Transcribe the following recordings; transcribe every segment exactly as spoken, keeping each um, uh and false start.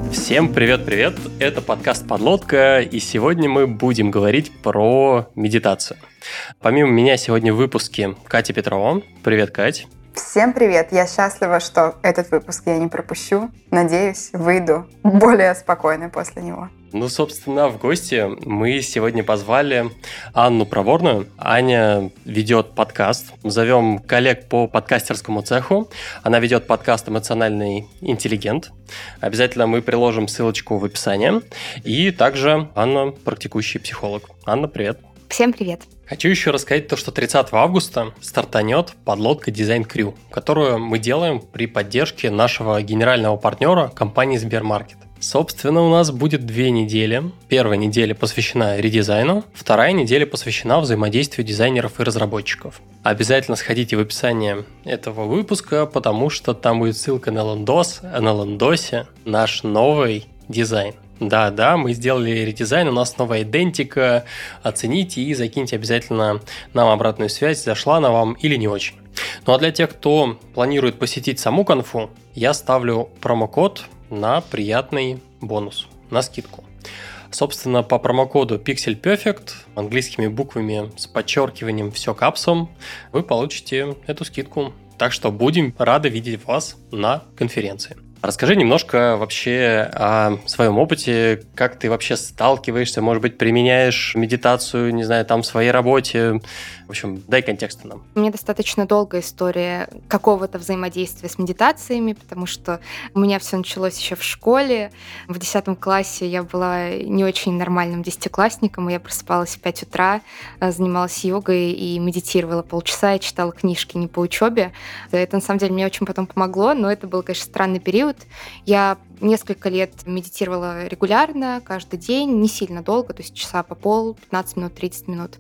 Всем привет-привет! Это подкаст «Подлодка», и сегодня мы будем говорить про медитацию. Помимо меня сегодня в выпуске Катя Петрова. Привет, Кать! Всем привет! Я счастлива, что этот выпуск я не пропущу. Надеюсь, выйду более спокойной после него. Ну, собственно, в гости мы сегодня позвали Анну Проворную. Аня ведет подкаст. Зовем коллег по подкастерскому цеху. Она ведет подкаст «Эмоциональный интеллигент». Обязательно мы приложим ссылочку в описании. И также Анна практикующий психолог. Анна, привет! Всем привет! Хочу еще рассказать то, что тридцатого августа стартанет подлодка Design Crew, которую мы делаем при поддержке нашего генерального партнера компании Сбермаркет. Собственно, у нас будет две недели. Первая неделя посвящена редизайну, вторая неделя посвящена взаимодействию дизайнеров и разработчиков. Обязательно сходите в описание этого выпуска, потому что там будет ссылка на лендос, а на лендосе наш новый дизайн. Да-да, мы сделали редизайн, у нас новая идентика, оцените и закиньте обязательно нам обратную связь, зашла она вам или не очень. Ну а для тех, кто планирует посетить саму конфу, я ставлю промокод на приятный бонус, на скидку. Собственно, по промокоду PixelPerfect, английскими буквами с подчеркиванием все капсом, вы получите эту скидку. Так что будем рады видеть вас на конференции. Расскажи немножко вообще о своем опыте, как ты вообще сталкиваешься, может быть, применяешь медитацию, не знаю, там в своей работе. В общем, дай контекста нам. У меня достаточно долгая история какого-то взаимодействия с медитациями, потому что у меня все началось еще в школе. В десятом классе я была не очень нормальным десятиклассником, и я просыпалась в пять утра, занималась йогой и медитировала полчаса, и читала книжки не по учебе. Это, на самом деле, мне очень потом помогло, но это был, конечно, странный период. Я несколько лет медитировала регулярно, каждый день, не сильно долго, то есть часа по пол, пятнадцать минут, тридцать минут.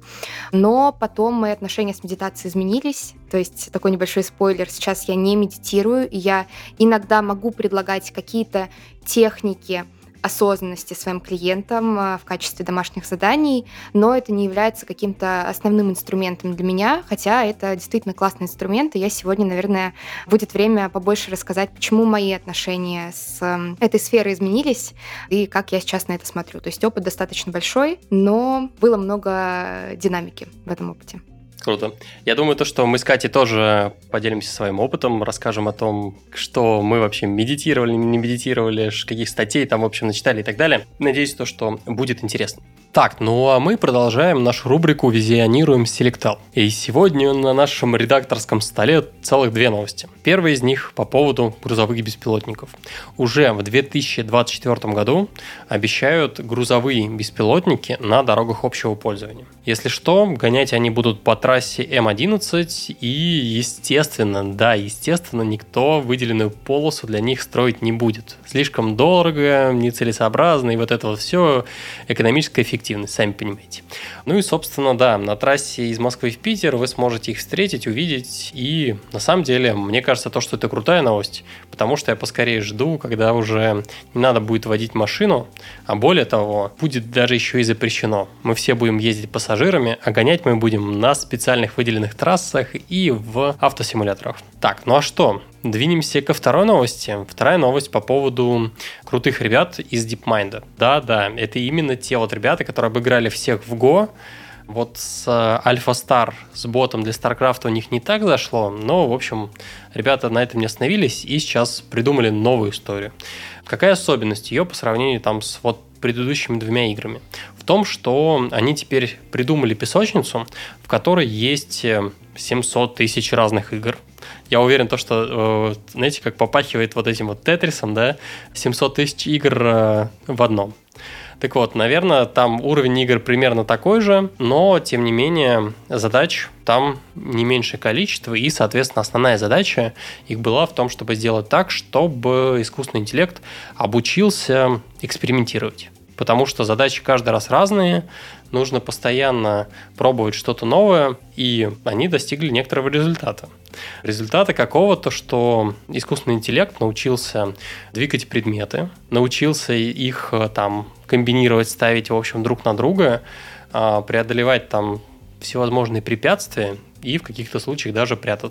Но потом мои отношения с медитацией изменились, то есть такой небольшой спойлер, сейчас я не медитирую, и я иногда могу предлагать какие-то техники осознанности своим клиентам в качестве домашних заданий, но это не является каким-то основным инструментом для меня, хотя это действительно классный инструмент, и я сегодня, наверное, будет время побольше рассказать, почему мои отношения с этой сферой изменились и как я сейчас на это смотрю. То есть опыт достаточно большой, но было много динамики в этом опыте. Круто. Я думаю, то, что мы с Катей тоже поделимся своим опытом, расскажем о том, что мы вообще медитировали, не медитировали, каких статей там, в общем, начитали и так далее. Надеюсь, то, что будет интересно. Так, ну а мы продолжаем нашу рубрику «Визионируем Селектал». И сегодня на нашем редакторском столе целых две новости. Первая из них по поводу грузовых беспилотников. Уже в две тысячи двадцать четвёртом году обещают грузовые беспилотники на дорогах общего пользования. Если что, гонять они будут по трассе эм одиннадцать, и, естественно, да, естественно, никто выделенную полосу для них строить не будет. Слишком дорого, нецелесообразно, и вот это вот все экономическая эффективность, сами понимаете. Ну и, собственно, да, на трассе из Москвы в Питер вы сможете их встретить, увидеть, и на самом деле, мне кажется, то, что это крутая новость, потому что я поскорее жду, когда уже не надо будет водить машину, а более того, будет даже еще и запрещено. Мы все будем ездить пассажирами, а гонять мы будем на специальных выделенных трассах и в автосимуляторах. Так, ну а что? Двинемся ко второй новости. Вторая новость по поводу крутых ребят из DeepMind. Да-да, это именно те вот ребята, которые обыграли всех в Go. Вот с Alpha Star, с ботом для StarCraft у них не так зашло, но, в общем, ребята на этом не остановились и сейчас придумали новую историю. Какая особенность ее по сравнению там с вот предыдущими двумя играми? В том, что они теперь придумали песочницу, в которой есть семьсот тысяч разных игр. Я уверен, то, что, знаете, как попахивает вот этим вот Тетрисом, да, семьсот тысяч игр в одном. Так вот, наверное, там уровень игр примерно такой же, но, тем не менее, задач там не меньшее количество, и, соответственно, основная задача их была в том, чтобы сделать так, чтобы искусственный интеллект обучился экспериментировать. Потому что задачи каждый раз разные, нужно постоянно пробовать что-то новое, и они достигли некоторого результата. Результата какого-то, что искусственный интеллект научился двигать предметы, научился их там комбинировать, ставить, в общем, друг на друга, преодолевать там всевозможные препятствия и в каких-то случаях даже прятаться.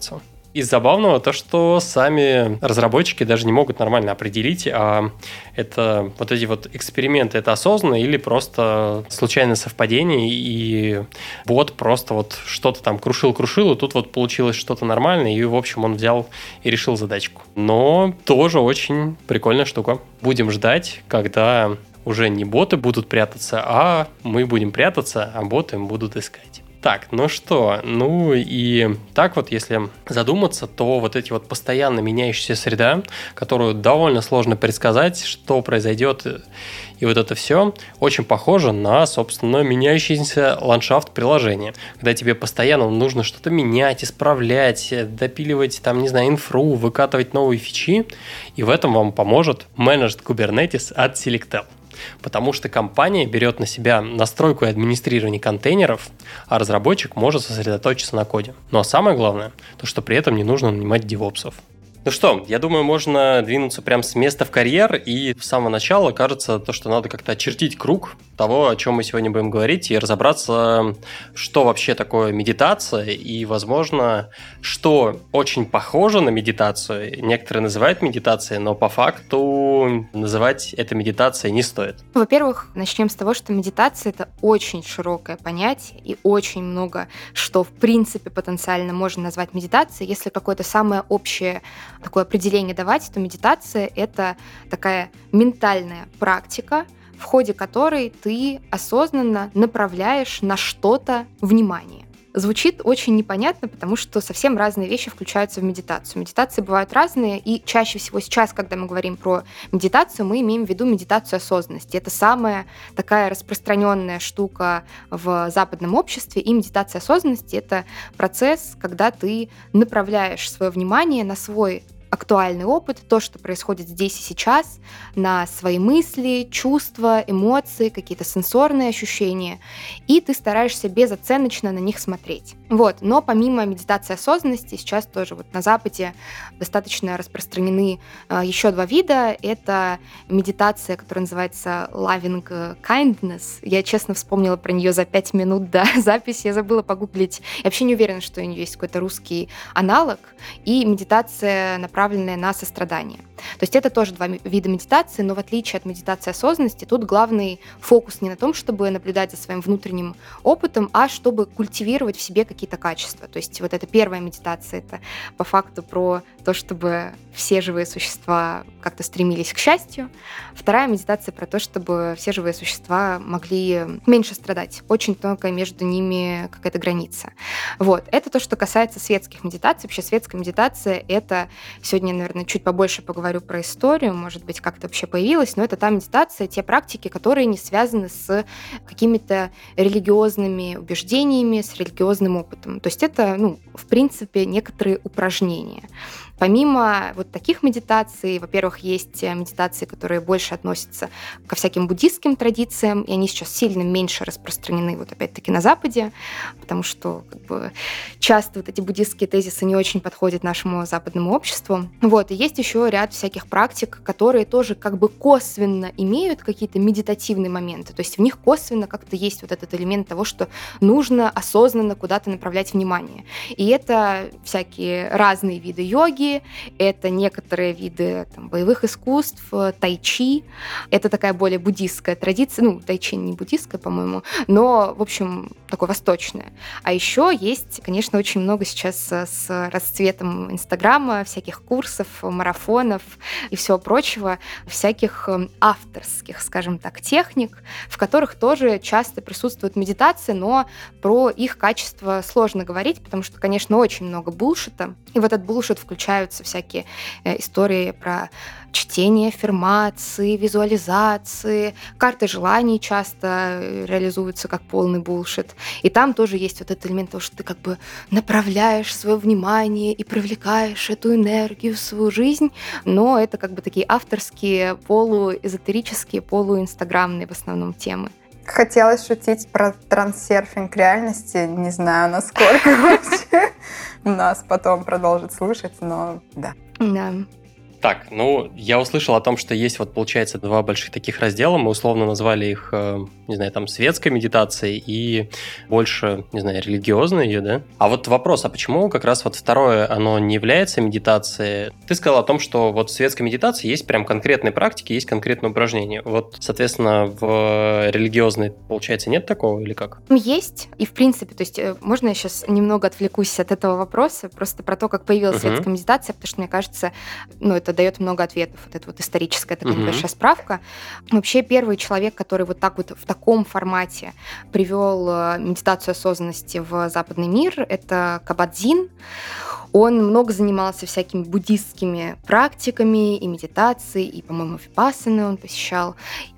Из забавного то, что сами разработчики даже не могут нормально определить, а это вот эти вот эксперименты, это осознанно или просто случайное совпадение, и бот просто вот что-то там крушил-крушил, и тут вот получилось что-то нормальное, и, в общем, он взял и решил задачку. Но тоже очень прикольная штука. Будем ждать, когда уже не боты будут прятаться, а мы будем прятаться, а боты будут искать. Так, ну что, ну и так вот, если задуматься, то вот эти вот постоянно меняющаяся среда, которую довольно сложно предсказать, что произойдет, и вот это все очень похоже на, собственно, меняющийся ландшафт приложения, когда тебе постоянно нужно что-то менять, исправлять, допиливать, там, не знаю, инфру, выкатывать новые фичи, и в этом вам поможет Managed Kubernetes от Selectel. Потому что компания берет на себя настройку и администрирование контейнеров, а разработчик может сосредоточиться на коде. Ну а самое главное, то что при этом не нужно нанимать девопсов. Ну что, я думаю, можно двинуться прямо с места в карьер, и с самого начала кажется, то, что надо как-то очертить круг того, о чем мы сегодня будем говорить, и разобраться, что вообще такое медитация, и, возможно, что очень похоже на медитацию. Некоторые называют медитацией, но по факту называть это медитацией не стоит. Во-первых, начнем с того, что медитация — это очень широкое понятие, и очень много что, в принципе, потенциально можно назвать медитацией. Если какое-то самое общее такое определение давать, то медитация — это такая ментальная практика, в ходе которой ты осознанно направляешь на что-то внимание. Звучит очень непонятно, потому что совсем разные вещи включаются в медитацию. Медитации бывают разные, и чаще всего сейчас, когда мы говорим про медитацию, мы имеем в виду медитацию осознанности. Это самая такая распространенная штука в западном обществе, и медитация осознанности — это процесс, когда ты направляешь свое внимание на свой актуальный опыт, то, что происходит здесь и сейчас, на свои мысли, чувства, эмоции, какие-то сенсорные ощущения, и ты стараешься безоценочно на них смотреть. Вот. Но помимо медитации осознанности, сейчас тоже вот на Западе достаточно распространены э, еще два вида. Это медитация, которая называется Loving Kindness. Я, честно, вспомнила про нее за пять минут до записи, я забыла погуглить. Я вообще не уверена, что у нее есть какой-то русский аналог. И медитация, направленная на сострадание. То есть это тоже два вида медитации, но в отличие от медитации осознанности, тут главный фокус не на том, чтобы наблюдать за своим внутренним опытом, а чтобы культивировать в себе какие-то качества. То есть вот эта первая медитация — это по факту про то, чтобы все живые существа как-то стремились к счастью. Вторая медитация про то, чтобы все живые существа могли меньше страдать. Очень тонкая между ними какая-то граница. Вот. Это то, что касается светских медитаций. Вообще светская медитация — это, сегодня, наверное, чуть побольше поговорю про историю, может быть, как-то вообще появилась, но это та медитация, те практики, которые не связаны с какими-то религиозными убеждениями, с религиозным опытом. То есть это, ну, в принципе, некоторые упражнения. Помимо вот таких медитаций, во-первых, есть медитации, которые больше относятся ко всяким буддистским традициям, и они сейчас сильно меньше распространены, вот опять-таки, на Западе, потому что как бы, часто вот эти буддистские тезисы не очень подходят нашему западному обществу. Вот, и есть еще ряд всяких практик, которые тоже как бы косвенно имеют какие-то медитативные моменты, то есть в них косвенно как-то есть вот этот элемент того, что нужно осознанно куда-то направлять внимание. И это всякие разные виды йоги, это некоторые виды там, боевых искусств, тайчи. Это такая более буддистская традиция. Ну, тайчи не буддистская, по-моему, но, в общем, такое восточное. А еще есть, конечно, очень много сейчас с расцветом Инстаграма, всяких курсов, марафонов и всего прочего, всяких авторских, скажем так, техник, в которых тоже часто присутствует медитация, но про их качество сложно говорить, потому что, конечно, очень много булшита. И в этот булшит включаются всякие истории про чтение аффирмации, визуализации, карты желаний часто реализуются как полный булшит. И там тоже есть вот этот элемент того, что ты как бы направляешь свое внимание и привлекаешь эту энергию в свою жизнь, но это как бы такие авторские, полуэзотерические, полуинстаграмные в основном темы. Хотелось шутить про трансерфинг реальности, не знаю, насколько вообще нас потом продолжит слушать, но да. Да. Так, ну, я услышал о том, что есть вот, получается, два больших таких раздела. Мы условно назвали их, э, не знаю, там, светской медитацией и больше, не знаю, религиозной ее, да? А вот вопрос, а почему как раз вот второе, оно не является медитацией? Ты сказал о том, что вот в светской медитации есть прям конкретные практики, есть конкретные упражнения. Вот, соответственно, в религиозной, получается, нет такого или как? Есть, и в принципе, то есть э, можно я сейчас немного отвлекусь от этого вопроса, просто про то, как появилась Мгм. светская медитация, потому что, мне кажется, ну, это дает много ответов. Вот это вот историческая такая Мгм. небольшая справка. Вообще, первый человек, который вот так вот в таком формате привел э, медитацию осознанности в западный мир, это Кабадзин. Он много занимался всякими буддистскими практиками и медитацией, и, по-моему, випассаны он посещал.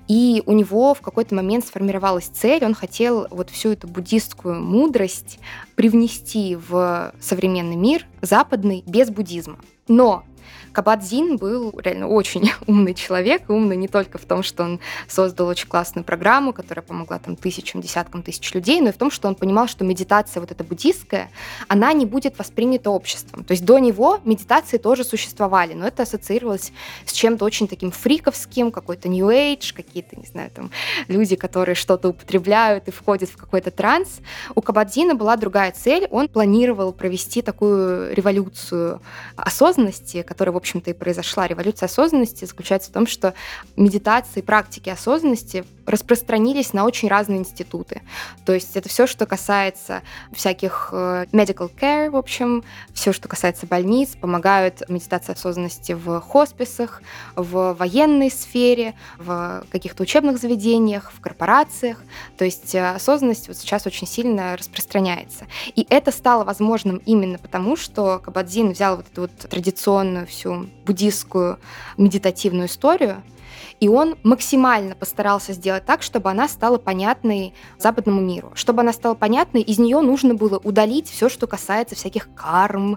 И у него в какой-то момент сформировалась цель, он хотел вот всю эту буддистскую мудрость привнести в современный мир западный без буддизма. Но Кабадзин был реально очень умный человек, и умный не только в том, что он создал очень классную программу, которая помогла там тысячам, десяткам тысяч людей, но и в том, что он понимал, что медитация вот эта буддистская, она не будет воспринята обществом. То есть до него медитации тоже существовали, но это ассоциировалось с чем-то очень таким фриковским, какой-то New Age, какие-то, не знаю, там люди, которые что-то употребляют и входят в какой-то транс. У Кабадзина была другая цель, он планировал провести такую революцию осознанности, которая, в общем-то, и произошла. Революция осознанности заключается в том, что медитации, практики осознанности распространились на очень разные институты. То есть это все, что касается всяких э, medical care, в общем, все, что касается больниц, помогают медитации осознанности в хосписах, в военной сфере, в каких-то учебных заведениях, в корпорациях. То есть э, осознанность вот сейчас очень сильно распространяется. И это стало возможным именно потому, что Кабадзин взял вот эту вот традиционную всю буддистскую медитативную историю, и он максимально постарался сделать так, чтобы она стала понятной западному миру. Чтобы она стала понятной, из нее нужно было удалить все, что касается всяких карм,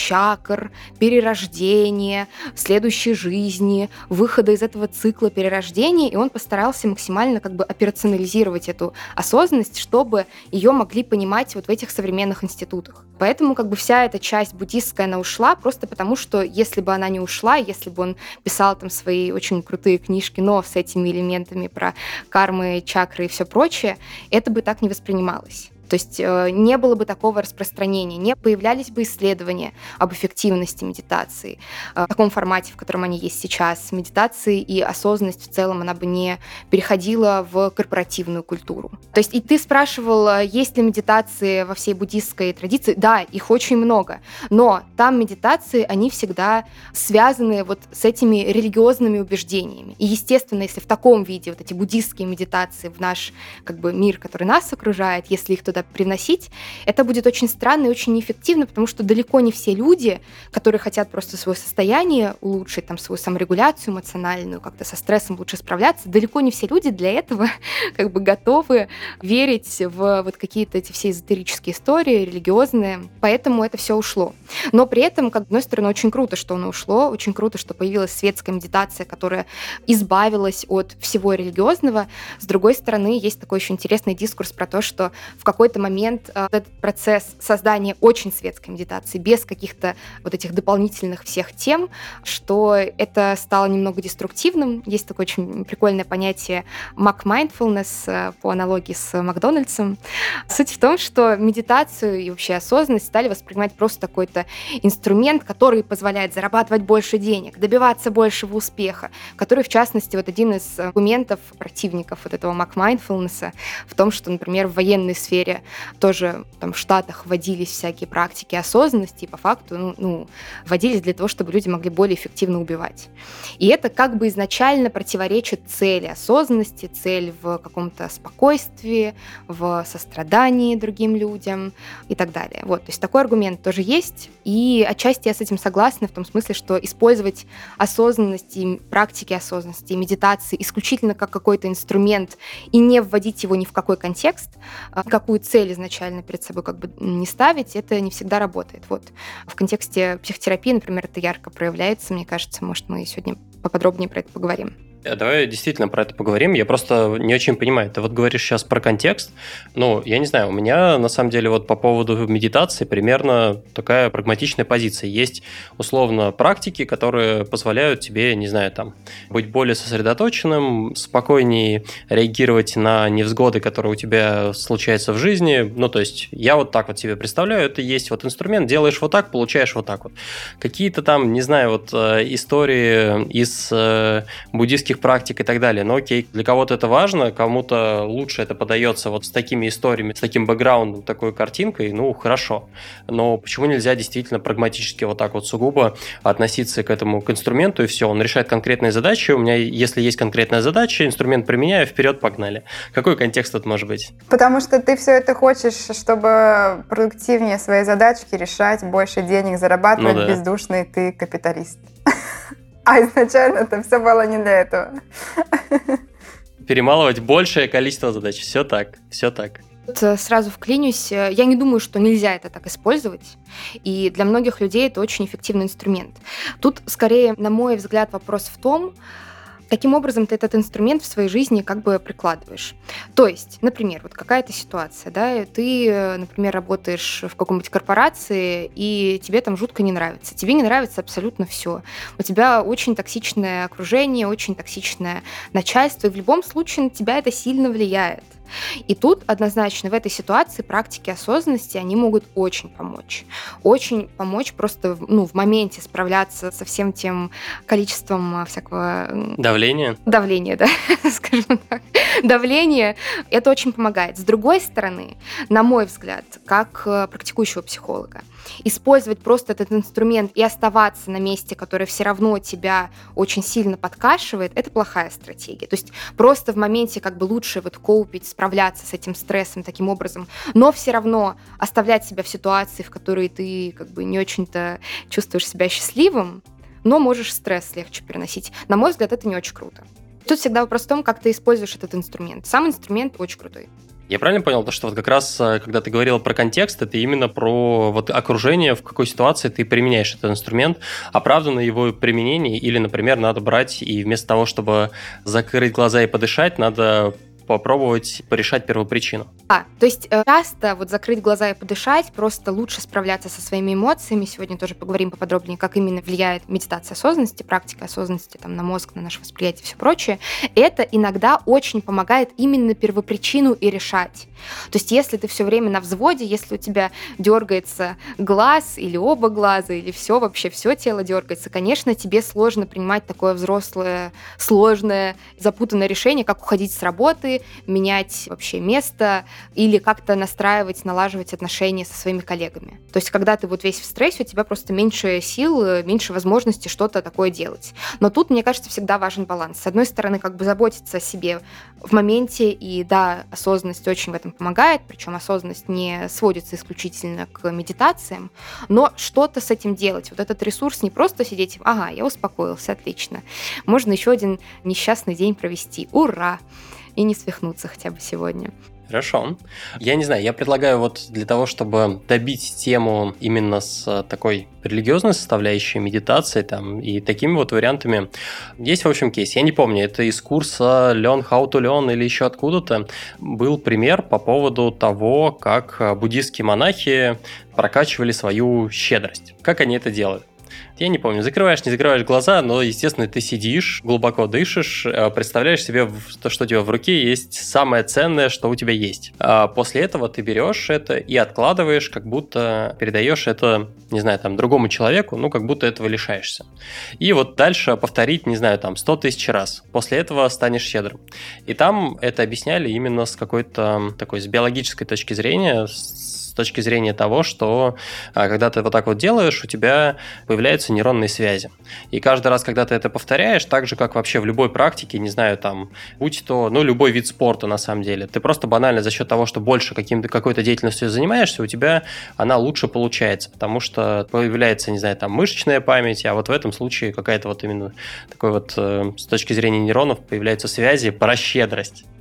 чакр, перерождения, следующей жизни, выхода из этого цикла перерождения, и он постарался максимально как бы операционализировать эту осознанность, чтобы ее могли понимать вот в этих современных институтах. Поэтому как бы вся эта часть буддистская, она ушла, просто потому что если бы она не ушла, если бы он писал там свои очень крутые книжки, но с этими элементами про кармы, чакры и все прочее, это бы так не воспринималось. То есть э, не было бы такого распространения, не появлялись бы исследования об эффективности медитации э, в таком формате, в котором они есть сейчас. Медитации и осознанность в целом, она бы не переходила в корпоративную культуру. То есть и ты спрашивал, есть ли медитации во всей буддистской традиции? Да, их очень много, но там медитации, они всегда связаны вот с этими религиозными убеждениями. И, естественно, если в таком виде вот эти буддистские медитации в наш как бы мир, который нас окружает, если их туда привносить, это будет очень странно и очень неэффективно, потому что далеко не все люди, которые хотят просто свое состояние улучшить, там, свою саморегуляцию эмоциональную, как-то со стрессом лучше справляться, далеко не все люди для этого как бы готовы верить в вот какие-то эти все эзотерические истории, религиозные, поэтому это все ушло. Но при этом, как, с одной стороны, очень круто, что оно ушло, очень круто, что появилась светская медитация, которая избавилась от всего религиозного. С другой стороны, есть такой еще интересный дискурс про то, что в какой-то момент э, этот процесс создания очень светской медитации, без каких-то вот этих дополнительных всех тем, что это стало немного деструктивным. Есть такое очень прикольное понятие Mac-mindfulness э, по аналогии с Макдональдсом. Суть в том, что медитацию и вообще осознанность стали воспринимать просто какой-то инструмент, который позволяет зарабатывать больше денег, добиваться большего успеха, который, в частности, вот один из аргументов противников вот этого Mac-mindfulness в том, что, например, в военной сфере тоже там в Штатах вводились всякие практики осознанности, и по факту ну, ну, вводились для того, чтобы люди могли более эффективно убивать. И это как бы изначально противоречит цели осознанности, цель в каком-то спокойствии, в сострадании другим людям и так далее. Вот, то есть такой аргумент тоже есть, и отчасти я с этим согласна в том смысле, что использовать осознанность и практики осознанности, и медитации исключительно как какой-то инструмент и не вводить его ни в какой контекст, какую цель изначально перед собой как бы не ставить, это не всегда работает. Вот. В контексте психотерапии, например, это ярко проявляется, мне кажется, может, мы сегодня поподробнее про это поговорим. А давай действительно про это поговорим. Я просто не очень понимаю. Ты вот говоришь сейчас про контекст. Ну, я не знаю, у меня на самом деле вот по поводу медитации примерно такая прагматичная позиция. Есть условно практики, которые позволяют тебе, не знаю, там, быть более сосредоточенным, спокойнее реагировать на невзгоды, которые у тебя случаются в жизни. Ну, то есть я вот так вот себе представляю, это есть вот инструмент, делаешь вот так, получаешь вот так вот. Какие-то там, не знаю, вот истории из буддийских практик и так далее. Но окей, для кого-то это важно, кому-то лучше это подается вот с такими историями, с таким бэкграундом, такой картинкой, ну, хорошо. Но почему нельзя действительно прагматически вот так вот сугубо относиться к этому, к инструменту, и все, он решает конкретные задачи, у меня, если есть конкретная задача, инструмент применяю, вперед, погнали. Какой контекст тут может быть? Потому что ты все это хочешь, чтобы продуктивнее свои задачки решать, больше денег зарабатывать, ну, да. Бездушный ты капиталист. А изначально это все было не для этого. Перемалывать большее количество задач. Все так, все так. Сразу вклинюсь, я не думаю, что нельзя это так использовать, и для многих людей это очень эффективный инструмент. Тут, скорее, на мой взгляд, вопрос в том, каким образом ты этот инструмент в своей жизни как бы прикладываешь. То есть, например, вот какая-то ситуация, да, ты, например, работаешь в какой-нибудь корпорации, и тебе там жутко не нравится. Тебе не нравится абсолютно все. У тебя очень токсичное окружение, очень токсичное начальство, и в любом случае на тебя это сильно влияет. И тут однозначно в этой ситуации практики осознанности, они могут очень помочь. Очень помочь просто ну, в моменте справляться со всем тем количеством всякого... Давления? Давления, да, скажем так. Давление, это очень помогает. С другой стороны, на мой взгляд, как практикующего психолога, использовать просто этот инструмент и оставаться на месте, которое все равно тебя очень сильно подкашивает, это плохая стратегия. То есть просто в моменте как бы лучше вот коупить, справляться с этим стрессом таким образом, но все равно оставлять себя в ситуации, в которой ты как бы не очень-то чувствуешь себя счастливым, но можешь стресс легче переносить. На мой взгляд, это не очень круто. Тут всегда вопрос в том, как ты используешь этот инструмент. Сам инструмент очень крутой. Я правильно понял, то, что вот как раз, когда ты говорила про контекст, это именно про вот окружение, в какой ситуации ты применяешь этот инструмент, оправданно его применение, или, например, надо брать и вместо того, чтобы закрыть глаза и подышать, надо попробовать порешать первопричину. А, то есть часто вот закрыть глаза и подышать, просто лучше справляться со своими эмоциями. Сегодня тоже поговорим поподробнее, как именно влияет медитация осознанности, практика осознанности там, на мозг, на наше восприятие и все прочее. Это иногда очень помогает именно первопричину и решать. То есть если ты все время на взводе, если у тебя дергается глаз или оба глаза, или все вообще, все тело дергается, конечно, тебе сложно принимать такое взрослое, сложное, запутанное решение, как уходить с работы, менять вообще место или как-то настраивать, налаживать отношения со своими коллегами. То есть, когда ты вот весь в стрессе, у тебя просто меньше сил, меньше возможности что-то такое делать. Но тут, мне кажется, всегда важен баланс. С одной стороны, как бы заботиться о себе в моменте, и да, осознанность очень в этом помогает, причем осознанность не сводится исключительно к медитациям, но что-то с этим делать. Вот этот ресурс не просто сидеть, ага, я успокоился, отлично. Можно еще один несчастный день провести. Ура! И не свихнуться хотя бы сегодня. Хорошо. Я не знаю, я предлагаю вот для того, чтобы добить тему именно с такой религиозной составляющей медитации там, и такими вот вариантами. Есть, в общем, кейс. Я не помню, это из курса Learn How to Learn или еще откуда-то. Был пример по поводу того, как буддийские монахи прокачивали свою щедрость. Как они это делают. Я не помню, закрываешь, не закрываешь глаза, но, естественно, ты сидишь, глубоко дышишь, представляешь себе то, что у тебя в руке есть самое ценное, что у тебя есть. А после этого ты берешь это и откладываешь, как будто передаешь это, не знаю, там, другому человеку, ну, как будто этого лишаешься. И вот дальше повторить, не знаю, там, сто тысяч раз. После этого станешь щедрым. И там это объясняли именно с какой-то такой, с биологической точки зрения, с точки зрения того, что когда ты вот так вот делаешь, у тебя появляются нейронные связи. И каждый раз, когда ты это повторяешь, так же, как вообще в любой практике, не знаю, там, будь то, ну, любой вид спорта на самом деле, ты просто банально за счет того, что больше каким-то, какой-то деятельностью занимаешься, у тебя она лучше получается, потому что появляется, не знаю, там, мышечная память, а вот в этом случае какая-то вот именно такой вот, э, с точки зрения нейронов, появляются связи про щедрость.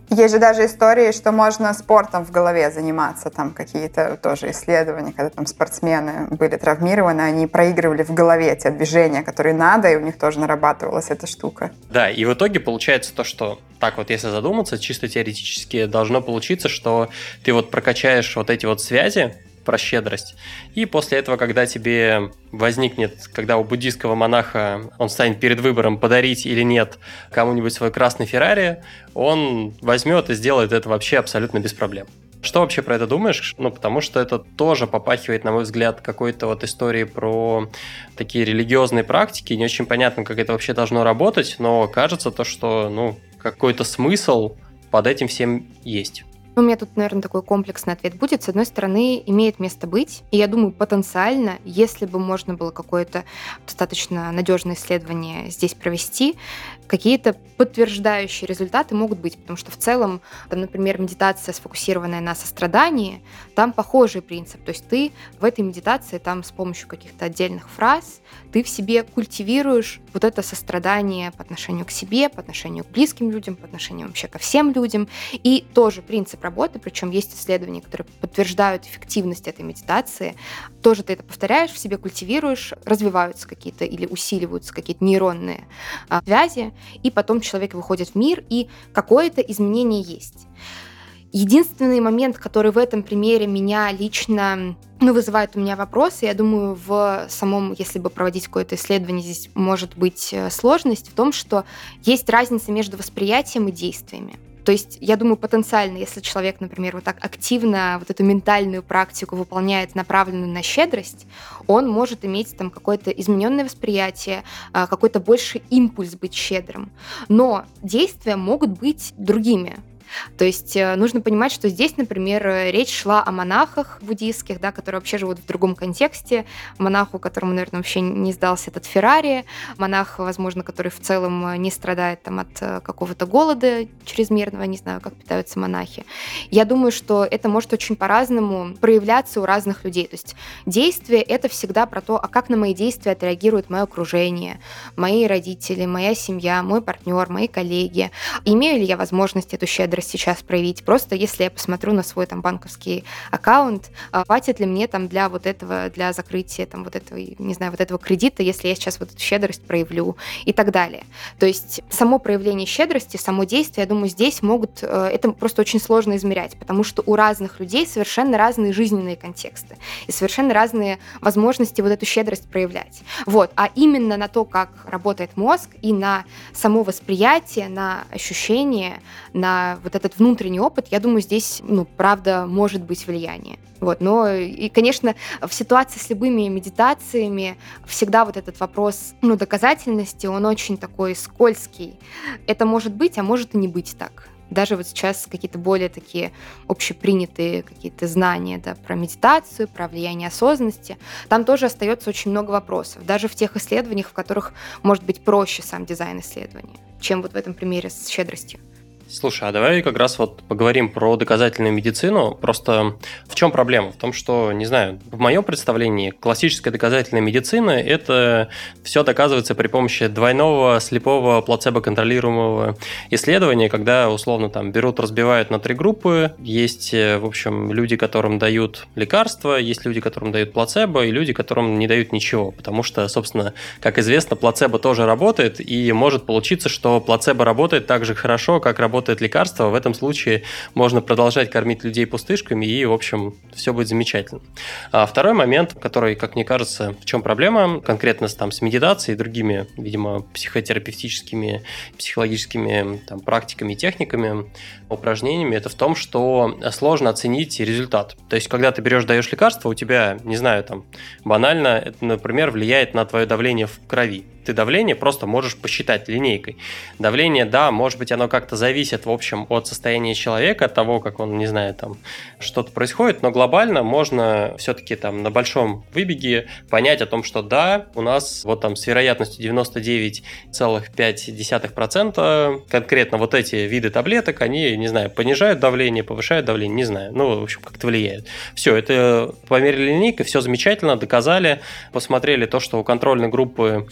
Есть же даже истории, что можно спортом в голове заниматься, там какие-то тоже исследования, когда там спортсмены были травмированы, они проигрывали в голове те движения, которые надо, и у них тоже нарабатывалась эта штука. Да, и в итоге получается то, что так вот, если задуматься, чисто теоретически должно получиться, что ты вот прокачаешь вот эти вот связи про щедрость, и после этого, когда тебе возникнет, когда у буддийского монаха он станет перед выбором, подарить или нет кому-нибудь свой красный Феррари, он возьмет и сделает это вообще абсолютно без проблем. Что вообще про это думаешь? Ну, потому что это тоже попахивает, на мой взгляд, какой-то вот истории про такие религиозные практики. Не очень понятно, как это вообще должно работать, но кажется то, что, ну, какой-то смысл под этим всем есть. У меня тут, наверное, такой комплексный ответ будет. С одной стороны, имеет место быть, и я думаю, потенциально, если бы можно было какое-то достаточно надежное исследование здесь провести, какие-то подтверждающие результаты могут быть, потому что в целом, там, например, медитация, сфокусированная на сострадании, там похожий принцип. То есть ты в этой медитации там с помощью каких-то отдельных фраз ты в себе культивируешь вот это сострадание по отношению к себе, по отношению к близким людям, по отношению вообще ко всем людям. И тоже принцип работы, причем есть исследования, которые подтверждают эффективность этой медитации. Тоже ты это повторяешь, в себе культивируешь, развиваются какие-то или усиливаются какие-то нейронные а, связи, и потом человек выходит в мир, и какое-то изменение есть. Единственный момент, который в этом примере меня лично ну, вызывает у меня вопросы, я думаю, в самом, если бы проводить какое-то исследование, здесь может быть сложность в том, что есть разница между восприятием и действиями. То есть, я думаю, потенциально, если человек, например, вот так активно вот эту ментальную практику выполняет, направленную на щедрость, он может иметь там какое-то измененное восприятие, какой-то больший импульс быть щедрым. Но действия могут быть другими. То есть нужно понимать, что здесь, например, речь шла о монахах буддийских, да, которые вообще живут в другом контексте, монаху, которому, наверное, вообще не сдался этот Феррари, монах, возможно, который в целом не страдает там, от какого-то голода чрезмерного, не знаю, как питаются монахи. Я думаю, что это может очень по-разному проявляться у разных людей. То есть действие — это всегда про то, а как на мои действия отреагирует мое окружение, мои родители, моя семья, мой партнер, мои коллеги. Имею ли я возможность эту щедрость сейчас проявить. Просто если я посмотрю на свой там банковский аккаунт, хватит ли мне там для вот этого, для закрытия там вот этого, не знаю, вот этого кредита, если я сейчас вот эту щедрость проявлю и так далее. То есть само проявление щедрости, само действие, я думаю, здесь могут, это просто очень сложно измерять, потому что у разных людей совершенно разные жизненные контексты и совершенно разные возможности вот эту щедрость проявлять. Вот. А именно на то, как работает мозг и на само восприятие, на ощущение, на вот этот внутренний опыт, я думаю, здесь, ну, правда, может быть влияние. Вот. Но, и, конечно, в ситуации с любыми медитациями всегда вот этот вопрос, ну, доказательности, он очень такой скользкий. Это может быть, а может и не быть так. Даже вот сейчас какие-то более такие общепринятые какие-то знания, да, про медитацию, про влияние осознанности, там тоже остается очень много вопросов. Даже в тех исследованиях, в которых может быть проще сам дизайн исследования, чем вот в этом примере с щедростью. Слушай, а давай как раз вот поговорим про доказательную медицину. Просто в чем проблема? В том, что, не знаю, в моем представлении классическая доказательная медицина – это все доказывается при помощи двойного слепого плацебо-контролируемого исследования, когда условно там берут, разбивают на три группы. Есть, в общем, люди, которым дают лекарства, есть люди, которым дают плацебо, и люди, которым не дают ничего. Потому что, собственно, как известно, плацебо тоже работает, и может получиться, что плацебо работает так же хорошо, как работает работает лекарство, в этом случае можно продолжать кормить людей пустышками, и, в общем, все будет замечательно. А второй момент, который, как мне кажется, в чем проблема, конкретно там, с медитацией и другими, видимо, психотерапевтическими, психологическими там, практиками, техниками, упражнениями, это в том, что сложно оценить результат. То есть, когда ты берешь, даешь лекарство, у тебя, не знаю, там, банально, это, например, влияет на твое давление в крови. Ты давление просто можешь посчитать линейкой. Давление, да, может быть, оно как-то зависит, в общем, от состояния человека, от того, как он, не знаю, там, что-то происходит, но глобально можно все-таки там на большом выбеге понять о том, что да, у нас вот там с вероятностью девяносто девять целых пять десятых процента конкретно вот эти виды таблеток, они, не знаю, понижают давление, повышают давление, не знаю, ну, в общем, как-то влияют. Все, это померили линейкой, все замечательно, доказали, посмотрели то, что у контрольной группы ничего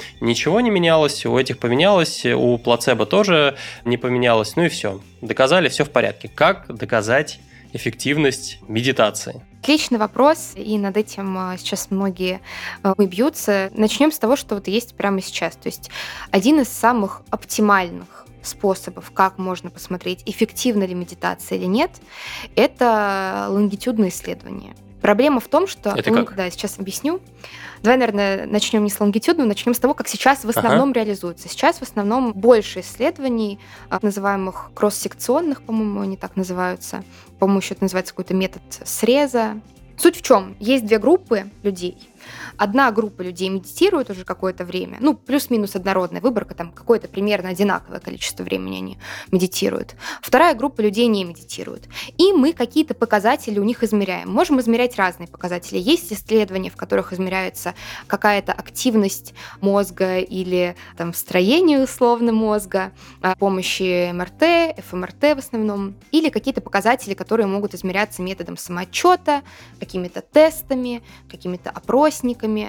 ничего не менялось, у этих поменялось, у плацебо тоже не поменялось, ну и все. Доказали, все в порядке. Как доказать эффективность медитации? Отличный вопрос, и над этим сейчас многие бьются. Начнем с того, что вот есть прямо сейчас. То есть один из самых оптимальных способов, как можно посмотреть, эффективна ли медитация или нет, это лонгитюдное исследование. Проблема в том, что... Это как? Да, сейчас объясню. Давай, наверное, начнем не с лонгитюдного, начнем с того, как сейчас в основном ага. реализуется. Сейчас в основном больше исследований, называемых кросс-секционных, по-моему, они так называются. По-моему, еще это называется какой-то метод среза. Суть в чем? Есть две группы людей. Одна группа людей медитирует уже какое-то время, ну, плюс-минус однородная выборка, там какое-то примерно одинаковое количество времени они медитируют. Вторая группа людей не медитирует. И мы какие-то показатели у них измеряем. Можем измерять разные показатели. Есть исследования, в которых измеряется какая-то активность мозга или там строение условно мозга с помощью эм эр тэ, эф эм эр тэ в основном, или какие-то показатели, которые могут измеряться методом самоотчета, какими-то тестами, какими-то опросниками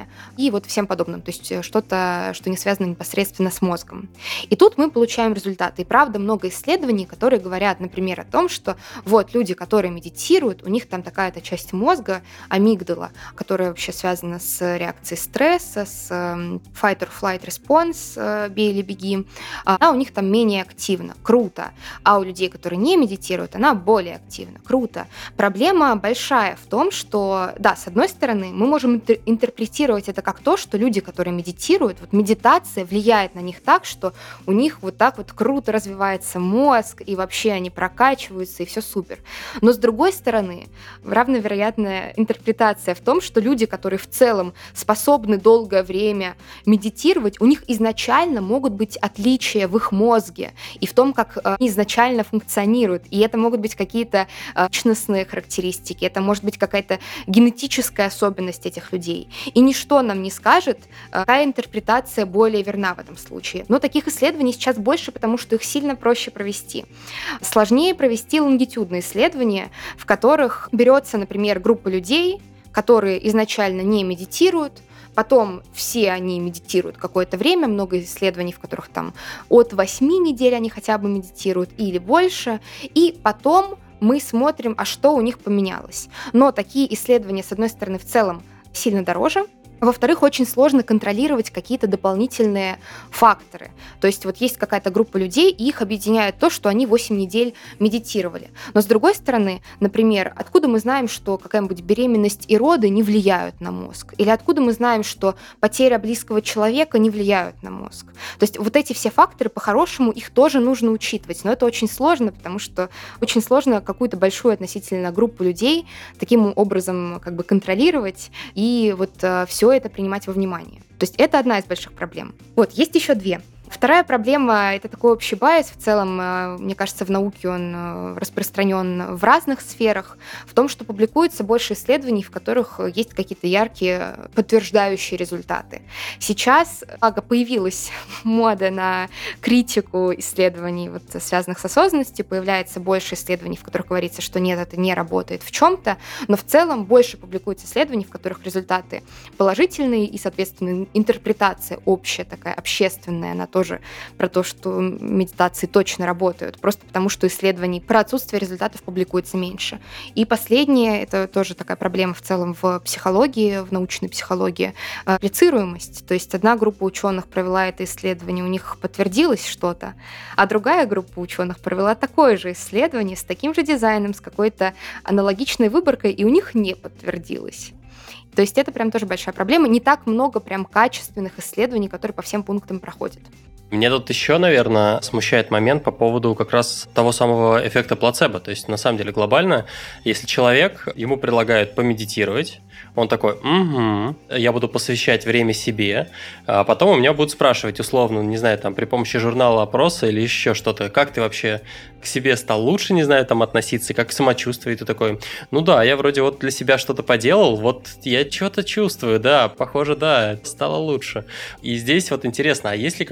и вот всем подобным, то есть что-то, что не связано непосредственно с мозгом. И тут мы получаем результаты. И правда, много исследований, которые говорят, например, о том, что вот люди, которые медитируют, у них там такая-то часть мозга, амигдала, которая вообще связана с реакцией стресса, с fight or flight response, бей или беги, она у них там менее активна. Круто. А у людей, которые не медитируют, она более активна. Круто. Проблема большая в том, что, да, с одной стороны, мы можем интерпретировать это как то, что люди, которые медитируют, вот медитация влияет на них так, что у них вот так вот круто развивается мозг, и вообще они прокачиваются, и все супер. Но с другой стороны, равновероятная интерпретация в том, что люди, которые в целом способны долгое время медитировать, у них изначально могут быть отличия в их мозге и в том, как они изначально функционируют. И это могут быть какие-то личностные характеристики, это может быть какая-то генетическая особенность этих людей. И ничто нам не скажет, какая интерпретация более верна в этом случае. Но таких исследований сейчас больше, потому что их сильно проще провести. Сложнее провести лонгитюдные исследования, в которых берется, например, группа людей, которые изначально не медитируют, потом все они медитируют какое-то время, много исследований, в которых там от восьми недель они хотя бы медитируют или больше, и потом мы смотрим, а что у них поменялось. Но такие исследования, с одной стороны, в целом сильно дороже. Во-вторых, очень сложно контролировать какие-то дополнительные факторы. То есть вот есть какая-то группа людей, и их объединяет то, что они восемь недель медитировали. Но с другой стороны, например, откуда мы знаем, что какая-нибудь беременность и роды не влияют на мозг? Или откуда мы знаем, что потеря близкого человека не влияют на мозг? То есть вот эти все факторы, по-хорошему, их тоже нужно учитывать. Но это очень сложно, потому что очень сложно какую-то большую относительно группу людей таким образом как бы контролировать и вот все это принимать во внимание. То есть это одна из больших проблем. Вот, есть еще две. Вторая проблема – это такой общий байс. В целом, мне кажется, в науке он распространен в разных сферах, в том, что публикуется больше исследований, в которых есть какие-то яркие подтверждающие результаты. Сейчас, ага, появилась мода на критику исследований, вот, связанных с осознанностью, появляется больше исследований, в которых говорится, что нет, это не работает в чем-то, но в целом больше публикуется исследований, в которых результаты положительные и, соответственно, интерпретация общая, такая общественная, на то, тоже про то, что медитации точно работают, просто потому что исследований про отсутствие результатов публикуется меньше. И последнее, это тоже такая проблема в целом в психологии, в научной психологии, реплицируемость. То есть одна группа ученых провела это исследование, у них подтвердилось что-то, а другая группа ученых провела такое же исследование с таким же дизайном, с какой-то аналогичной выборкой, и у них не подтвердилось. То есть это прям тоже большая проблема. Не так много прям качественных исследований, которые по всем пунктам проходят. Мне тут еще, наверное, смущает момент по поводу как раз того самого эффекта плацебо. То есть, на самом деле, глобально, если человек, ему предлагают помедитировать, он такой, угу, я буду посвящать время себе, а потом у меня будут спрашивать, условно, не знаю, там, при помощи журнала опроса или еще что-то, как ты вообще к себе стал лучше, не знаю, там, относиться, как к самочувствию, и ты такой, ну да, я вроде вот для себя что-то поделал, вот я что-то чувствую, да, похоже, да, стало лучше. И здесь вот интересно, а есть ли какой-то способ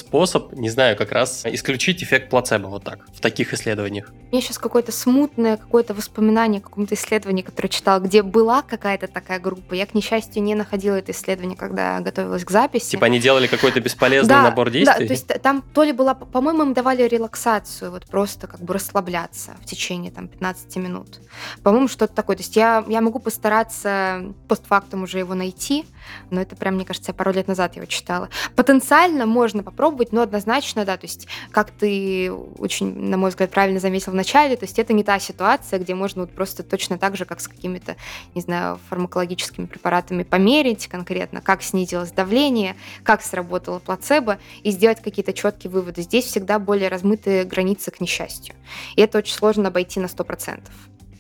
способ, не знаю, как раз исключить эффект плацебо вот так, в таких исследованиях. У меня сейчас какое-то смутное какое-то воспоминание о каком-то исследовании, которое читала, где была какая-то такая группа. Я, к несчастью, не находила это исследование, когда готовилась к записи. Типа они делали какой-то бесполезный да, набор действий? Да, то есть там то ли была, по-моему, им давали релаксацию, вот просто как бы расслабляться в течение там пятнадцать минут. По-моему, что-то такое. То есть я, я могу постараться постфактум уже его найти, но это прям, мне кажется, я пару лет назад его читала. Потенциально можно попробовать, но однозначно, да, то есть как ты очень, на мой взгляд, правильно заметил в начале, то есть это не та ситуация, где можно вот просто точно так же, как с какими-то, не знаю, фармакологическими препаратами померить конкретно, как снизилось давление, как сработало плацебо, и сделать какие-то четкие выводы. Здесь всегда более размытые границы, к несчастью. И это очень сложно обойти на сто процентов.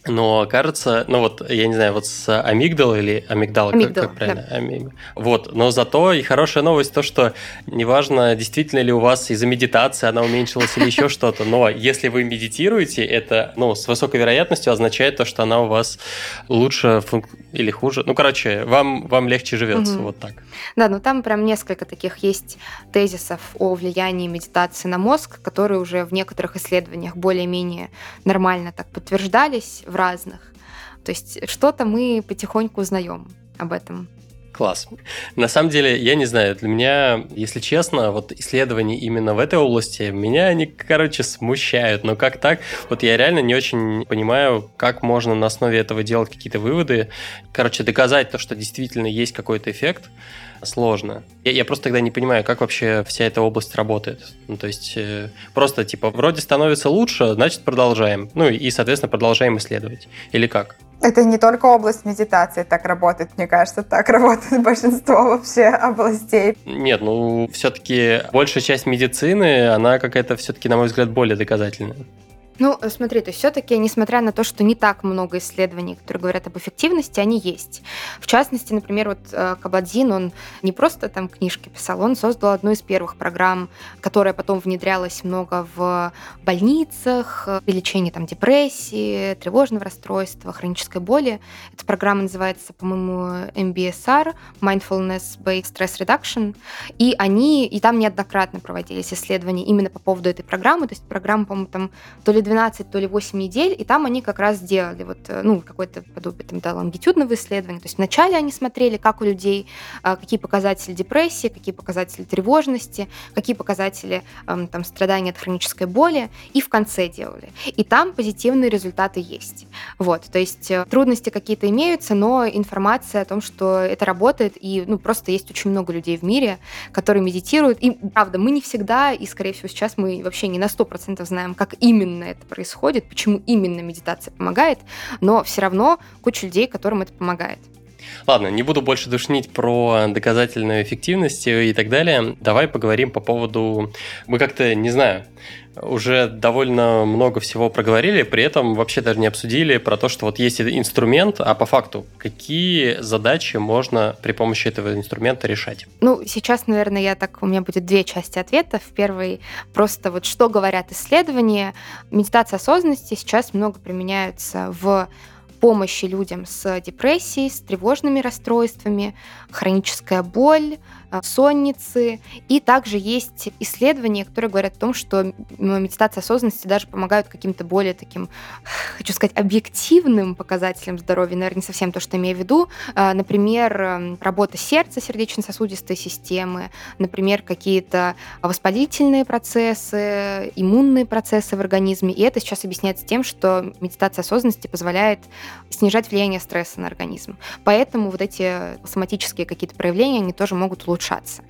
Но кажется, ну вот, я не знаю, вот с амигдалой или амигдала, амигдала, как, как правильно? Да. Ами... Вот, но зато и хорошая новость то, что неважно, действительно ли у вас из-за медитации она уменьшилась или еще что-то, но если вы медитируете, это, ну, с высокой вероятностью означает то, что она у вас лучше функ... или хуже. Ну, короче, вам, вам легче живется, угу. Вот так. Да, ну там прям несколько таких есть тезисов о влиянии медитации на мозг, которые уже в некоторых исследованиях более-менее нормально так подтверждались в разных. То есть что-то мы потихоньку узнаем об этом. Класс. На самом деле, я не знаю, для меня, если честно, вот исследования именно в этой области, меня они, короче, смущают. Но как так? Вот я реально не очень понимаю, как можно на основе этого делать какие-то выводы. Короче, доказать то, что действительно есть какой-то эффект, сложно. Я, я просто тогда не понимаю, как вообще вся эта область работает. Ну, то есть, э, просто, типа, вроде становится лучше, значит, продолжаем. Ну, и, соответственно, продолжаем исследовать. Или как? Это не только область медитации так работает, мне кажется, так работает большинство вообще областей. Нет, ну, все-таки большая часть медицины, она какая-то все-таки, на мой взгляд, более доказательная. Ну, смотри, то есть все-таки, несмотря на то, что не так много исследований, которые говорят об эффективности, они есть. В частности, например, вот Кабадзин, он не просто там книжки писал, он создал одну из первых программ, которая потом внедрялась много в больницах, при лечении там депрессии, тревожного расстройства, хронической боли. Эта программа называется, по-моему, эм би эс ар, Mindfulness Based Stress Reduction, и они, и там неоднократно проводились исследования именно по поводу этой программы, то есть программа, по-моему, там то ли двенадцать, то ли восемь недель, и там они как раз сделали вот, ну, какое-то подобие там, да, лонгитюдного исследования. То есть вначале они смотрели, как у людей, какие показатели депрессии, какие показатели тревожности, какие показатели там, страдания от хронической боли, и в конце делали. И там позитивные результаты есть. Вот, то есть трудности какие-то имеются, но информация о том, что это работает, и ну, просто есть очень много людей в мире, которые медитируют. И, правда, мы не всегда, и, скорее всего, сейчас мы вообще не на сто процентов знаем, как именно это происходит, почему именно медитация помогает, но все равно куча людей, которым это помогает. Ладно, не буду больше душнить про доказательную эффективность и так далее. Давай поговорим по поводу... Мы как-то, не знаю, уже довольно много всего проговорили, при этом вообще даже не обсудили про то, что вот есть инструмент, а по факту какие задачи можно при помощи этого инструмента решать? Ну, сейчас, наверное, я так, у меня будет две части ответа. В первой просто вот что говорят исследования. Медитация осознанности сейчас много применяется в помощи людям с депрессией, с тревожными расстройствами, хроническая боль, сонницы. И также есть исследования, которые говорят о том, что медитация осознанности даже помогают каким-то более таким, хочу сказать, объективным показателям здоровья, наверное, не совсем то, что имею в виду. Например, работа сердца, сердечно-сосудистой системы, например, какие-то воспалительные процессы, иммунные процессы в организме. И это сейчас объясняется тем, что медитация осознанности позволяет снижать влияние стресса на организм. Поэтому вот эти соматические какие-то проявления, они тоже могут улучшаться.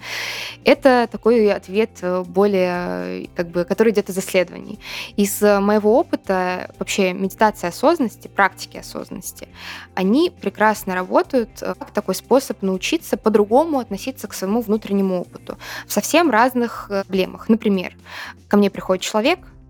Это такой ответ более, как бы, который идет из исследований. Из моего опыта вообще медитация осознанности, практики осознанности, они прекрасно работают как такой способ научиться по-другому относиться к своему внутреннему опыту в совсем разных проблемах. Например, ко мне приходит человек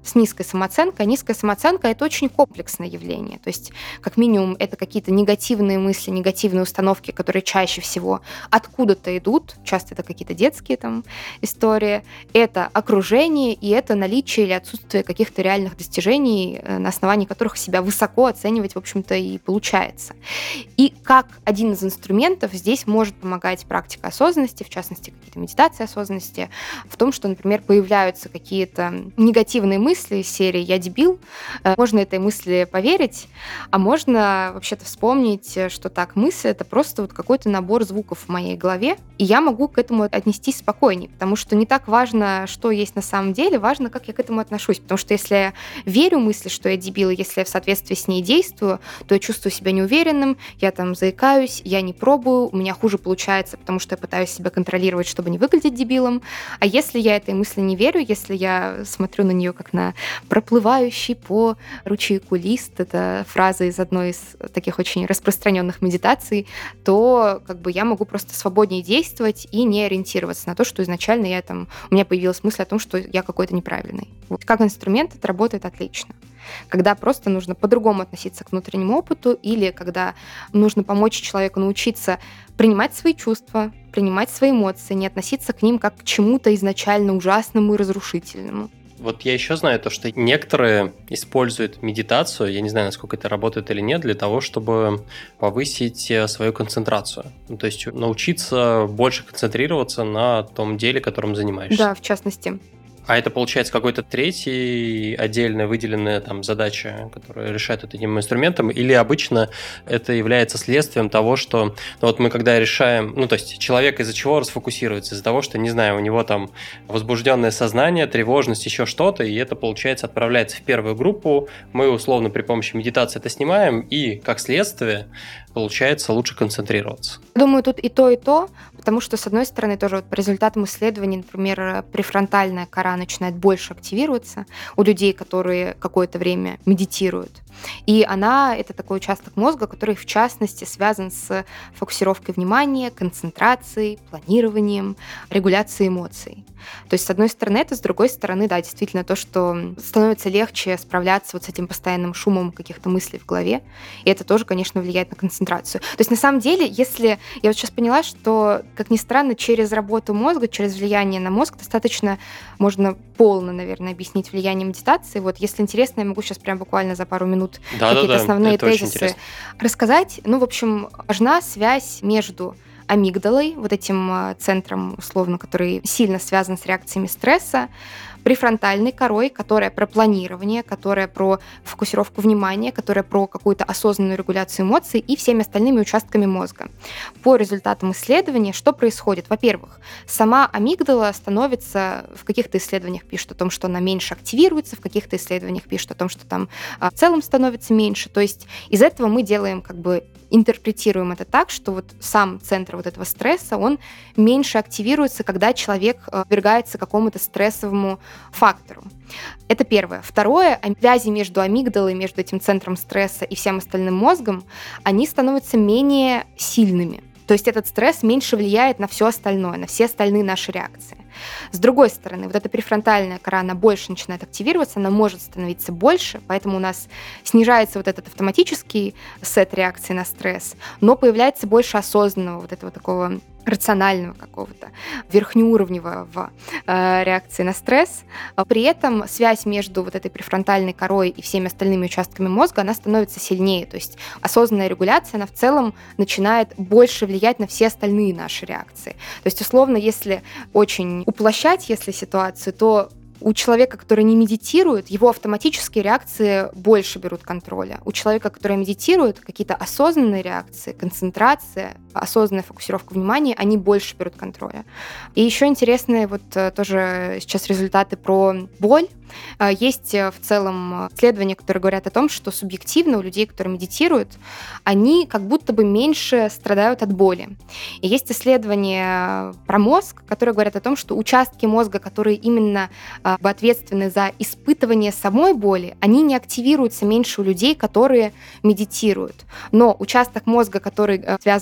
с низкой самооценкой. А низкая самооценка — это очень комплексное явление. То есть, как минимум, это какие-то негативные мысли, негативные установки, которые чаще всего откуда-то идут. Часто это какие-то детские там истории. Это окружение, и это наличие или отсутствие каких-то реальных достижений, на основании которых себя высоко оценивать, в общем-то, и получается. И как один из инструментов здесь может помогать практика осознанности, в частности, какие-то медитации осознанности, в том, что, например, появляются какие-то негативные мысли из серии «я дебил», можно этой мысли поверить, а можно вообще-то вспомнить, что так, мысль — это просто вот какой-то набор звуков в моей голове, и я могу к этому отнестись спокойнее, потому что не так важно, что есть на самом деле, важно, как я к этому отношусь, потому что если я верю мысли, что я дебил, и если я в соответствии с ней действую, то я чувствую себя неуверенным, я там заикаюсь, я не пробую, у меня хуже получается, потому что я пытаюсь себя контролировать, чтобы не выглядеть дебилом. А если я этой мысли не верю, если я смотрю на нее как на проплывающий по ручейку лист, это фраза из одной из таких очень распространенных медитаций, то как бы я могу просто свободнее действовать и не ориентироваться на то, что изначально я там, у меня появилась мысль о том, что я какой-то неправильный. Вот. Как инструмент это работает отлично. Когда просто нужно по-другому относиться к внутреннему опыту или когда нужно помочь человеку научиться принимать свои чувства, принимать свои эмоции, не относиться к ним как к чему-то изначально ужасному и разрушительному. Вот я еще знаю то, что некоторые используют медитацию, я не знаю, насколько это работает или нет, для того, чтобы повысить свою концентрацию. Ну, то есть научиться больше концентрироваться на том деле, которым занимаешься. Да, в частности. А это, получается, какой-то третий отдельная выделенная там задача, которая решает этим инструментом, или обычно это является следствием того, что ну, вот мы когда решаем, ну то есть человек из-за чего расфокусируется? Из-за того, что, не знаю, у него там возбужденное сознание, тревожность, еще что-то, и это, получается, отправляется в первую группу, мы условно при помощи медитации это снимаем, и как следствие получается лучше концентрироваться. Думаю, тут и то, и то, потому что, с одной стороны, тоже вот по результатам исследований, например, префронтальная кора начинает больше активироваться у людей, которые какое-то время медитируют. И она — это такой участок мозга, который, в частности, связан с фокусировкой внимания, концентрацией, планированием, регуляцией эмоций. То есть, с одной стороны, это, с другой стороны, да, действительно то, что становится легче справляться вот с этим постоянным шумом каких-то мыслей в голове, и это тоже, конечно, влияет на концентрацию. То есть, на самом деле, если... Я вот сейчас поняла, что, как ни странно, через работу мозга, через влияние на мозг достаточно, можно полно, наверное, объяснить влияние медитации. Вот, если интересно, я могу сейчас прям буквально за пару минут да, какие-то да, да. основные это тезисы рассказать. Ну, в общем, важна связь между амигдалой, вот этим центром, условно, который сильно связан с реакциями стресса, префронтальной корой, которая про планирование, которая про фокусировку внимания, которая про какую-то осознанную регуляцию эмоций и всеми остальными участками мозга. По результатам исследования что происходит? Во-первых, сама амигдала становится, в каких-то исследованиях пишут о том, что она меньше активируется, в каких-то исследованиях пишут о том, что там в целом становится меньше. То есть из этого мы делаем, как бы интерпретируем это так, что вот сам центр вот этого стресса, он меньше активируется, когда человек подвергается какому-то стрессовому фактору. Это первое. Второе, связи между амигдалой, между этим центром стресса и всем остальным мозгом, они становятся менее сильными. То есть этот стресс меньше влияет на все остальное, на все остальные наши реакции. С другой стороны, вот эта префронтальная кора, она больше начинает активироваться, она может становиться больше, поэтому у нас снижается вот этот автоматический сет реакций на стресс, но появляется больше осознанного вот этого такого рационального какого-то, верхнеуровневого э, реакции на стресс. При этом связь между вот этой префронтальной корой и всеми остальными участками мозга, она становится сильнее. То есть осознанная регуляция, она в целом начинает больше влиять на все остальные наши реакции. То есть, условно, если очень уплощать, если ситуацию, то у человека, который не медитирует, его автоматические реакции больше берут контроля. У человека, который медитирует, какие-то осознанные реакции, концентрация, осознанная фокусировка внимания, они больше берут контроля. И еще интересные вот тоже сейчас результаты про боль. Есть в целом исследования, которые говорят о том, что субъективно у людей, которые медитируют, они как будто бы меньше страдают от боли. И есть исследования про мозг, которые говорят о том, что участки мозга, которые именно ответственны за испытывание самой боли, они не активируются меньше у людей, которые медитируют. Но участок мозга, который связан с переживанием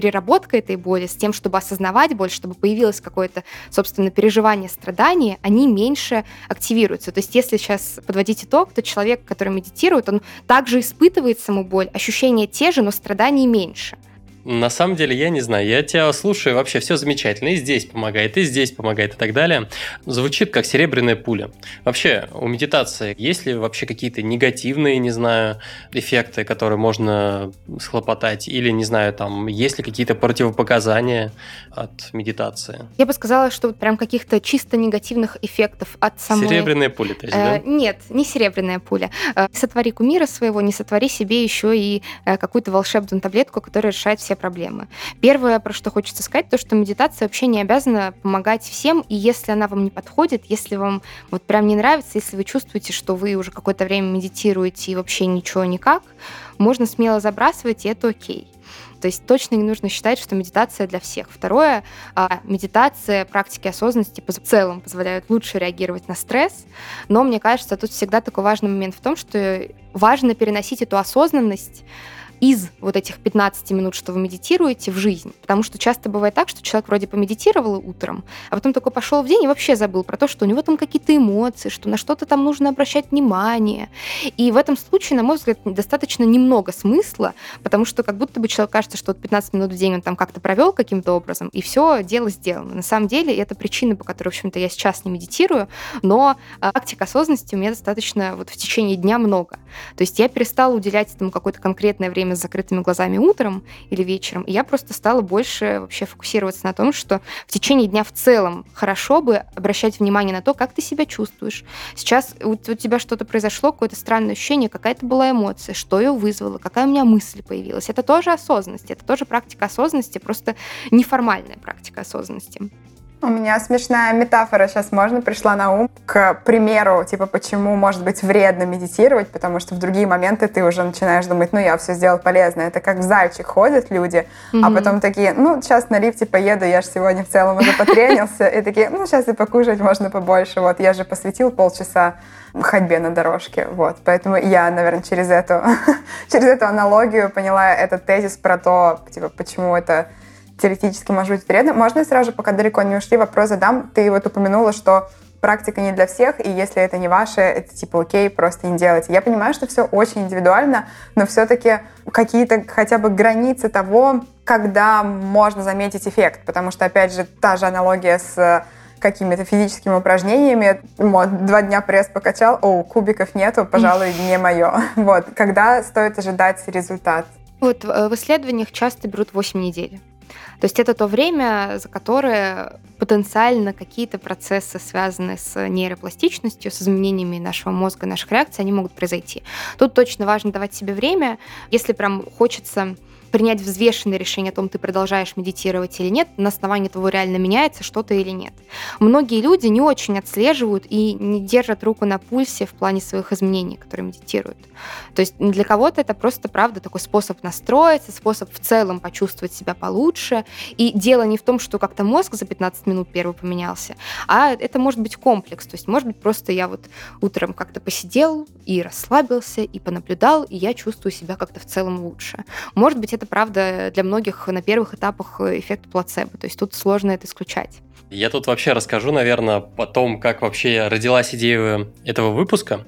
переработка этой боли, с тем, чтобы осознавать боль, чтобы появилось какое-то, собственно, переживание, страдание, они меньше активируются. То есть если сейчас подводить итог, то человек, который медитирует, он также испытывает саму боль, ощущения те же, но страданий меньше. На самом деле, я не знаю, я тебя слушаю, вообще все замечательно, и здесь помогает, и здесь помогает, и так далее. Звучит как серебряная пуля. Вообще, у медитации есть ли вообще какие-то негативные, не знаю, эффекты, которые можно схлопотать, или, не знаю, там, есть ли какие-то противопоказания от медитации? Я бы сказала, что вот прям каких-то чисто негативных эффектов от самой... Серебряная пуля, то есть, э, да? Нет, не серебряная пуля. Э, сотвори кумира своего, не сотвори себе еще и э, какую-то волшебную таблетку, которая решает все проблемы. Первое, про что хочется сказать, то, что медитация вообще не обязана помогать всем, и если она вам не подходит, если вам вот прям не нравится, если вы чувствуете, что вы уже какое-то время медитируете и вообще ничего никак, можно смело забрасывать, и это окей. То есть точно не нужно считать, что медитация для всех. Второе, медитация, практики осознанности в целом позволяют лучше реагировать на стресс, но мне кажется, тут всегда такой важный момент в том, что важно переносить эту осознанность из вот этих пятнадцати минут, что вы медитируете, в жизнь. Потому что часто бывает так, что человек вроде помедитировал утром, а потом такой пошел в день и вообще забыл про то, что у него там какие-то эмоции, что на что-то там нужно обращать внимание. И в этом случае, на мой взгляд, достаточно немного смысла, потому что как будто бы человеку кажется, что вот пятнадцать минут в день он там как-то провел каким-то образом, и все, дело сделано. На самом деле, это причина, по которой, в общем-то, я сейчас не медитирую, но практик осознанности у меня достаточно вот в течение дня много. То есть я перестала уделять этому какое-то конкретное время с закрытыми глазами утром или вечером, и я просто стала больше вообще фокусироваться на том, что в течение дня в целом хорошо бы обращать внимание на то, как ты себя чувствуешь. Сейчас у, у тебя что-то произошло, какое-то странное ощущение, какая-то была эмоция, что ее вызвало, какая у меня мысль появилась. Это тоже осознанность, это тоже практика осознанности, просто неформальная практика осознанности. У меня смешная метафора сейчас можно пришла на ум. К примеру, типа, почему может быть вредно медитировать, потому что в другие моменты ты уже начинаешь думать, ну, я все сделал полезно. Это как в зальчик ходят люди, mm-hmm. а потом такие, ну, сейчас на лифте поеду, я же сегодня в целом уже потренился. И такие, ну, сейчас и покушать можно побольше. Вот, я же посвятил полчаса ходьбе на дорожке. Вот, поэтому я, наверное, через эту, через эту аналогию поняла этот тезис про то, типа, почему это теоретически может быть вредно. Можно я сразу же, пока далеко не ушли, вопрос задам? Ты вот упомянула, что практика не для всех, и если это не ваше, это типа окей, просто не делайте. Я понимаю, что все очень индивидуально, но все-таки какие-то хотя бы границы того, когда можно заметить эффект, потому что, опять же, та же аналогия с какими-то физическими упражнениями. Вот, два дня пресс покачал, о, кубиков нету, пожалуй, не мое. Вот, когда стоит ожидать результат? Вот в исследованиях часто берут восемь недель. То есть это то время, за которое потенциально какие-то процессы, связанные с нейропластичностью, с изменениями нашего мозга, наших реакций, они могут произойти. Тут точно важно давать себе время. Если прям хочется принять взвешенное решение о том, ты продолжаешь медитировать или нет, на основании того, реально меняется что-то или нет. Многие люди не очень отслеживают и не держат руку на пульсе в плане своих изменений, которые медитируют. То есть для кого-то это просто, правда, такой способ настроиться, способ в целом почувствовать себя получше. И дело не в том, что как-то мозг за пятнадцать минут первый поменялся, а это может быть комплекс. То есть, может быть, просто я вот утром как-то посидел и расслабился, и понаблюдал, и я чувствую себя как-то в целом лучше. Может быть, это правда для многих на первых этапах эффект плацебо. То есть тут сложно это исключать. Я тут вообще расскажу, наверное, о том, как вообще родилась идея этого выпуска.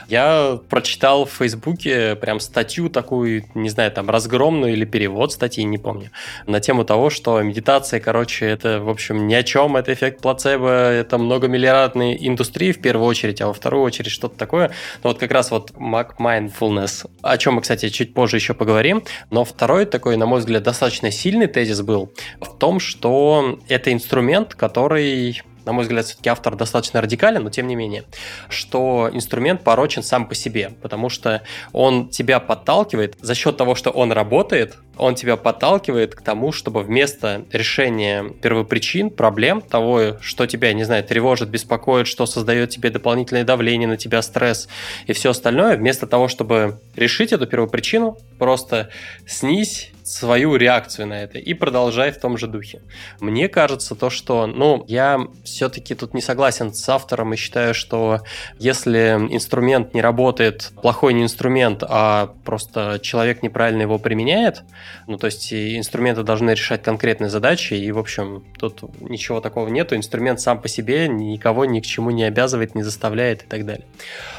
Я прочитал в Фейсбуке прям статью такую, не знаю, там разгромную или перевод статьи, не помню, на тему того, что медитация, короче, это, в общем, ни о чем, это эффект плацебо, это многомиллиардные индустрии в первую очередь, а во вторую очередь что-то такое. Но вот как раз вот Mindfulness, о чем мы, кстати, чуть позже еще поговорим. Но второй такой, на мой взгляд, достаточно сильный тезис был в том, что это инструмент, который который, на мой взгляд, все-таки автор достаточно радикален, но тем не менее, что инструмент порочен сам по себе, потому что он тебя подталкивает, за счет того, что он работает, он тебя подталкивает к тому, чтобы вместо решения первопричин, проблем, того, что тебя, не знаю, тревожит, беспокоит, что создает тебе дополнительное давление на тебя, стресс и все остальное, вместо того, чтобы решить эту первопричину, просто снизь свою реакцию на это и продолжай в том же духе. Мне кажется, то, что, ну, я все-таки тут не согласен с автором и считаю, что если инструмент не работает, плохой не инструмент, а просто человек неправильно его применяет, Ну, то есть инструменты должны решать конкретные задачи, и, в общем, тут ничего такого нету. Инструмент сам по себе никого ни к чему не обязывает, не заставляет и так далее.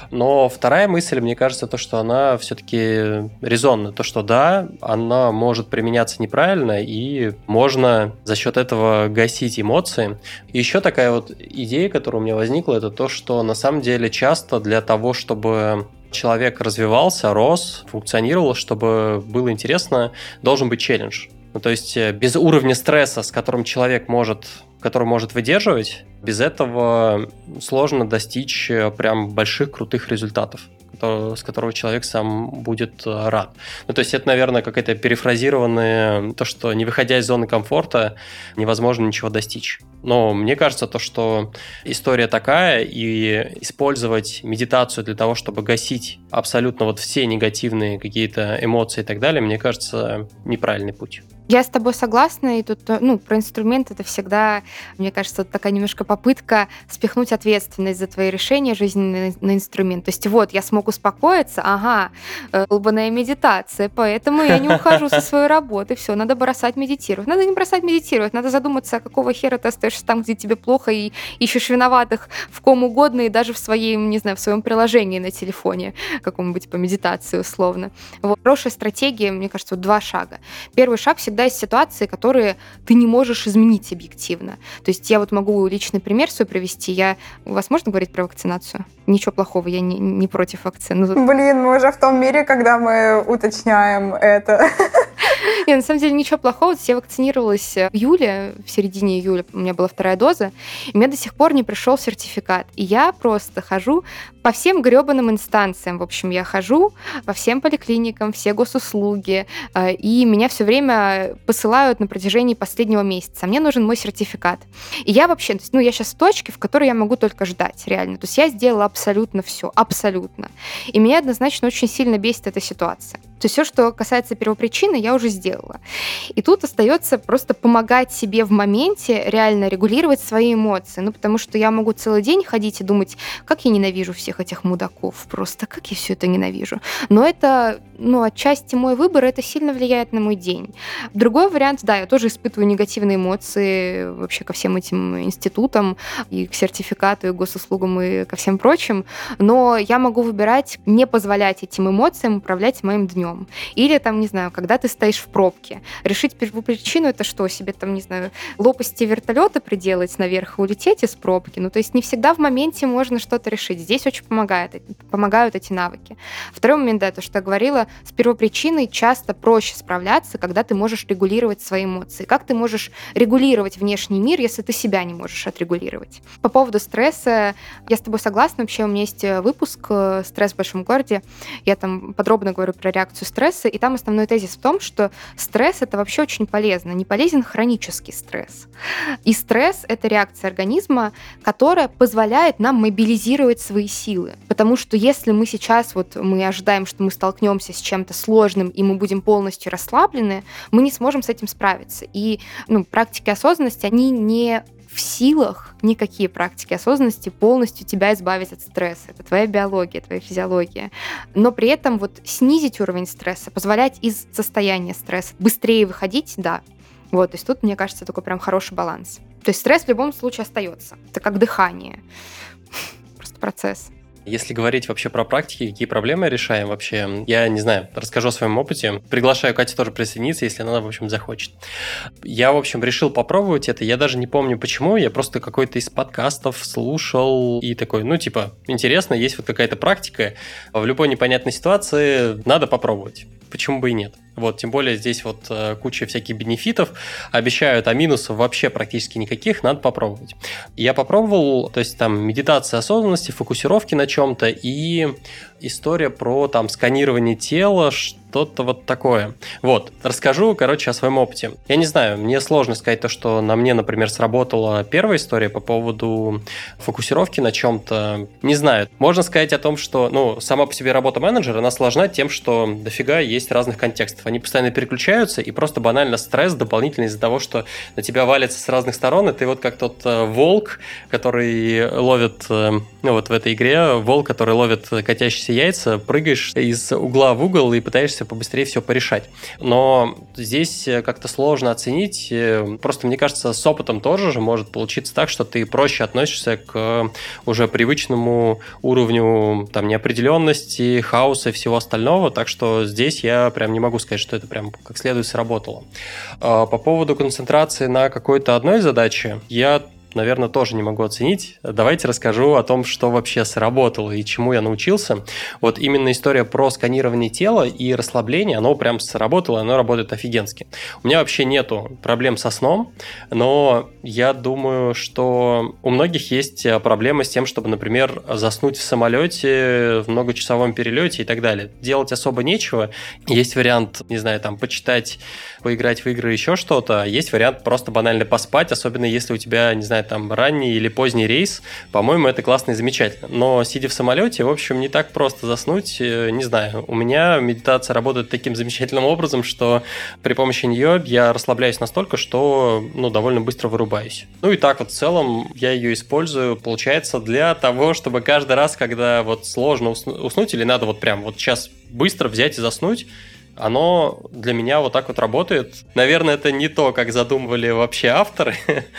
Но вторая мысль, мне кажется, то, что она все-таки резонна. То, что да, она может применяться неправильно, и можно за счет этого гасить эмоции. И еще такая вот идея, которая у меня возникла, это то, что на самом деле часто для того, чтобы человек развивался, рос, функционировал, чтобы было интересно, должен быть челлендж. Ну, то есть без уровня стресса, с которым человек может, который может выдерживать, без этого сложно достичь прям больших крутых результатов, с которого человек сам будет рад. Ну, то есть это, наверное, какое-то перефразированное, то, что не выходя из зоны комфорта, невозможно ничего достичь. Но мне кажется, то, что история такая, и использовать медитацию для того, чтобы гасить абсолютно вот все негативные какие-то эмоции и так далее, мне кажется, неправильный путь. Я с тобой согласна, и тут, ну, про инструмент это всегда, мне кажется, такая немножко попытка спихнуть ответственность за твои решения жизненные на инструмент. То есть вот, я смог успокоиться, ага, долбаная медитация, поэтому я не ухожу со своей работы, все, надо бросать медитировать. Надо не бросать медитировать, надо задуматься, какого хера ты остаешься там, где тебе плохо, и ищешь виноватых в ком угодно, и даже в своем, не знаю, в своем приложении на телефоне, каком-нибудь по медитации условно. Вот. Хорошая стратегия, мне кажется, вот два шага. Первый шаг всегда есть ситуации, которые ты не можешь изменить объективно. То есть я вот могу личный пример свой привести. Я... У вас можно говорить про вакцинацию? Ничего плохого, я не, не против вакцин. Ну, Блин, мы уже в том мире, когда мы уточняем это. Не, на самом деле ничего плохого. Я вакцинировалась в июле, в середине июля у меня была вторая доза, и мне до сих пор не пришел сертификат. И я просто хожу по всем гребаным инстанциям. В общем, я хожу по всем поликлиникам, все госуслуги, и меня все время посылают на протяжении последнего месяца. Мне нужен мой сертификат. И я вообще, то есть, ну, я сейчас в точке, в которой я могу только ждать, реально. То есть я сделала абсолютно все, абсолютно. И меня однозначно очень сильно бесит эта ситуация. То есть все, что касается первопричины, я уже сделала. И тут остается просто помогать себе в моменте реально регулировать свои эмоции. Ну, потому что я могу целый день ходить и думать, как я ненавижу всех этих мудаков, просто как я все это ненавижу. Но это, ну, отчасти мой выбор, это сильно влияет на мой день. Другой вариант, да, я тоже испытываю негативные эмоции вообще ко всем этим институтам, и к сертификату, и к госуслугам, и ко всем прочим, но я могу выбирать не позволять этим эмоциям управлять моим днем. Или, там, не знаю, когда ты стоишь в пробке. Решить первопричину — это что, себе, там, не знаю, лопасти вертолета приделать наверх и улететь из пробки? Ну, то есть не всегда в моменте можно что-то решить. Здесь очень помогает, помогают эти навыки. Второй момент, да, то, что я говорила, с первопричиной часто проще справляться, когда ты можешь регулировать свои эмоции. Как ты можешь регулировать внешний мир, если ты себя не можешь отрегулировать? По поводу стресса, я с тобой согласна. Вообще у меня есть выпуск «Стресс в большом городе». Я там подробно говорю про реакцию стресса, и там основной тезис в том, что стресс — это вообще очень полезно. Не полезен хронический стресс. И стресс — это реакция организма, которая позволяет нам мобилизировать свои силы. Потому что если мы сейчас, вот мы ожидаем, что мы столкнемся с чем-то сложным, и мы будем полностью расслаблены, мы не сможем с этим справиться. И ну, практики осознанности, они не в силах, никакие практики осознанности полностью тебя избавить от стресса. Это твоя биология, твоя физиология. Но при этом вот снизить уровень стресса, позволять из состояния стресса быстрее выходить, да. Вот, то есть тут, мне кажется, такой прям хороший баланс. То есть стресс в любом случае остается. Это как дыхание. Просто процесс. Если говорить вообще про практики, какие проблемы решаем вообще, я не знаю, расскажу о своем опыте. Приглашаю Катю тоже присоединиться, если она, в общем, захочет. Я, в общем, решил попробовать это. Я даже не помню почему. Я просто какой-то из подкастов слушал и такой, ну, типа, интересно, есть вот какая-то практика. В любой непонятной ситуации надо попробовать. Почему бы и нет? Вот, тем более здесь вот э, куча всяких бенефитов, обещают, а минусов вообще практически никаких, надо попробовать. Я попробовал, то есть там медитация осознанности, фокусировки на чем-то и история про там сканирование тела, что-то вот такое. Вот, расскажу, короче, о своем опыте. Я не знаю, мне сложно сказать то, что на мне, например, сработала первая история по поводу фокусировки на чем-то. Не знаю, можно сказать о том, что, ну, сама по себе работа менеджера, она сложна тем, что дофига есть разных контекстов. Они постоянно переключаются, и просто банально стресс дополнительный из-за того, что на тебя валится с разных сторон, и ты вот как тот волк, который ловит, ну вот в этой игре, волк, который ловит катящийся все яйца, прыгаешь из угла в угол и пытаешься побыстрее все порешать. Но здесь как-то сложно оценить. Просто, мне кажется, с опытом тоже же может получиться так, что ты проще относишься к уже привычному уровню там, неопределенности, хаоса и всего остального. Так что здесь я прям не могу сказать, что это прям как следует сработало. По поводу концентрации на какой-то одной задаче, я наверное, тоже не могу оценить. Давайте расскажу о том, что вообще сработало и чему я научился. Вот именно история про сканирование тела и расслабление, оно прям сработало, оно работает офигенски. У меня вообще нету проблем со сном, но я думаю, что у многих есть проблемы с тем, чтобы, например, заснуть в самолете, в многочасовом перелете и так далее. Делать особо нечего. Есть вариант, не знаю, там, почитать, поиграть в игры, еще что-то. Есть вариант просто банально поспать, особенно если у тебя, не знаю, там ранний или поздний рейс, по-моему, это классно и замечательно. Но сидя в самолете, в общем, не так просто заснуть, не знаю. У меня медитация работает таким замечательным образом, что при помощи нее я расслабляюсь настолько, что, ну, довольно быстро вырубаюсь. Ну и так вот в целом я ее использую, получается, для того, чтобы каждый раз, когда вот сложно уснуть или надо вот прям вот сейчас быстро взять и заснуть, оно для меня вот так вот работает. Наверное, это не то, как задумывали вообще авторы,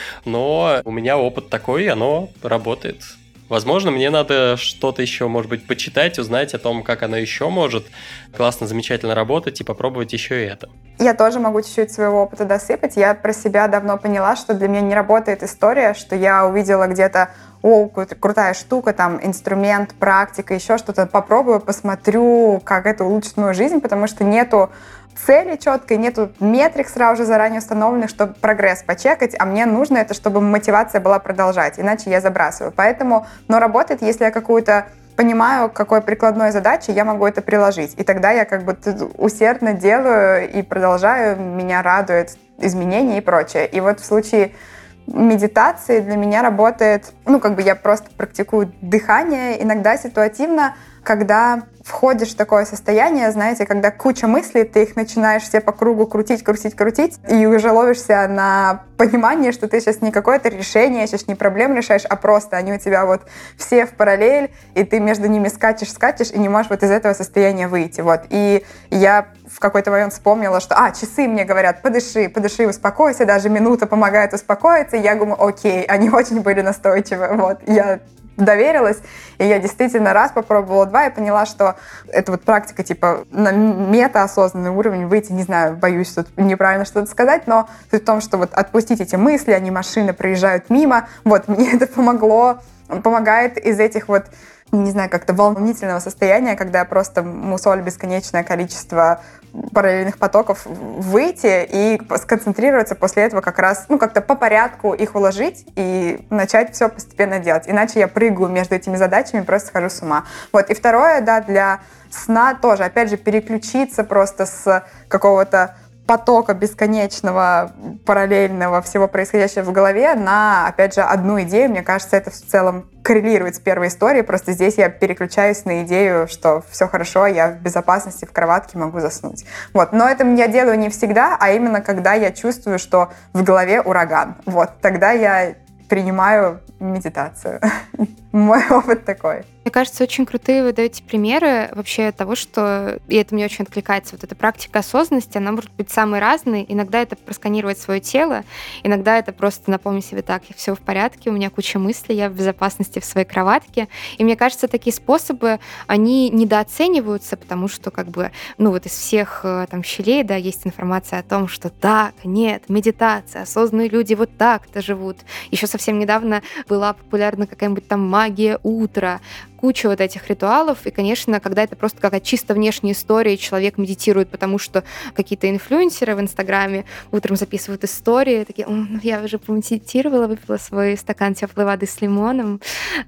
но у меня опыт такой, оно работает. Возможно, мне надо что-то еще, может быть, почитать, узнать о том, как оно еще может классно, замечательно работать и попробовать еще и это. Я тоже могу чуть-чуть своего опыта досыпать. Я про себя давно поняла, что для меня не работает история, что я увидела где-то о, крутая штука, там, инструмент, практика, еще что-то, попробую, посмотрю, как это улучшит мою жизнь, потому что нету цели четкой, нету метрик сразу же заранее установленных, чтобы прогресс почекать, а мне нужно это, чтобы мотивация была продолжать, иначе я забрасываю. Поэтому, но работает, если я какую-то понимаю, к какой прикладной задаче я могу это приложить. И тогда я как бы усердно делаю и продолжаю, меня радует изменения и прочее. И вот в случае медитации для меня работает, ну, как бы я просто практикую дыхание, иногда ситуативно, когда входишь в такое состояние, знаете, когда куча мыслей, ты их начинаешь все по кругу крутить, крутить, крутить, и уже ловишься на понимание, что ты сейчас не какое-то решение, сейчас не проблем решаешь, а просто они у тебя вот все в параллель, и ты между ними скачешь, скачешь, и не можешь вот из этого состояния выйти. Вот. И я в какой-то момент вспомнила, что, а, часы мне говорят, подыши, подыши, успокойся, даже минута помогает успокоиться, и я думаю, окей, они очень были настойчивы, вот. Я доверилась, и я действительно раз попробовала, два, и поняла, что это вот практика типа на метаосознанный уровень выйти, не знаю, боюсь тут неправильно что-то сказать, но суть в том, что вот отпустить эти мысли, они машины проезжают мимо, вот, мне это помогло, помогает из этих вот, не знаю, как-то волнительного состояния, когда просто мусоль бесконечное количество параллельных потоков выйти и сконцентрироваться после этого как раз, ну, как-то по порядку их уложить и начать все постепенно делать. Иначе я прыгаю между этими задачами, просто схожу с ума. Вот. И второе, да, для сна тоже, опять же, переключиться просто с какого-то потока бесконечного, параллельного всего происходящего в голове на, опять же, одну идею. Мне кажется, это в целом коррелирует с первой историей. Просто здесь я переключаюсь на идею, что все хорошо, я в безопасности в кроватке могу заснуть. Вот. Но это я делаю не всегда, а именно когда я чувствую, что в голове ураган. Вот. Тогда я принимаю медитацию. Мой опыт такой. Мне кажется, очень крутые вы даете примеры вообще того, что, и это мне очень откликается, вот эта практика осознанности, она может быть самой разной. Иногда это просканировать свое тело, иногда это просто напомнить себе, так, все в порядке, у меня куча мыслей, я в безопасности в своей кроватке. И мне кажется, такие способы, они недооцениваются, потому что как бы, ну вот из всех там щелей, да, есть информация о том, что так, нет, медитация, осознанные люди вот так-то живут. Еще совсем недавно была популярна какая-нибудь там магия утра, куча вот этих ритуалов, и, конечно, когда это просто какая-то чисто внешняя история, и человек медитирует, потому что какие-то инфлюенсеры в Инстаграме утром записывают истории, такие, ну, я уже помедитировала, выпила свой стакан теплой воды с лимоном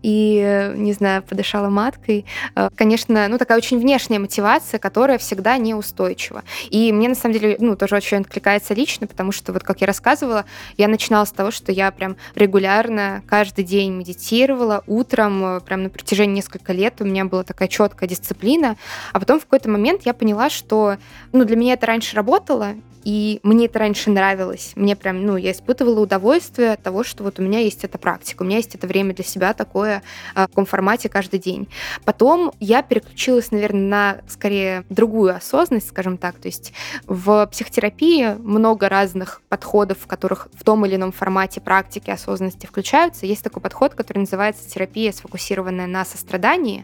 и, не знаю, подышала маткой. Конечно, ну, такая очень внешняя мотивация, которая всегда неустойчива. И мне, на самом деле, ну, тоже очень откликается лично, потому что, вот как я рассказывала, я начинала с того, что я прям регулярно каждый день медитировала утром, прям на протяжении несколько лет у меня была такая четкая дисциплина, а потом в какой-то момент я поняла, что ну, для меня это раньше работало, и мне это раньше нравилось. Мне прям, ну, я испытывала удовольствие от того, что вот у меня есть эта практика, у меня есть это время для себя такое в таком формате каждый день. Потом я переключилась, наверное, на, скорее, другую осознанность, скажем так. То есть в психотерапии много разных подходов, в которых в том или ином формате практики осознанности включаются. Есть такой подход, который называется терапия, сфокусированная на сострадании.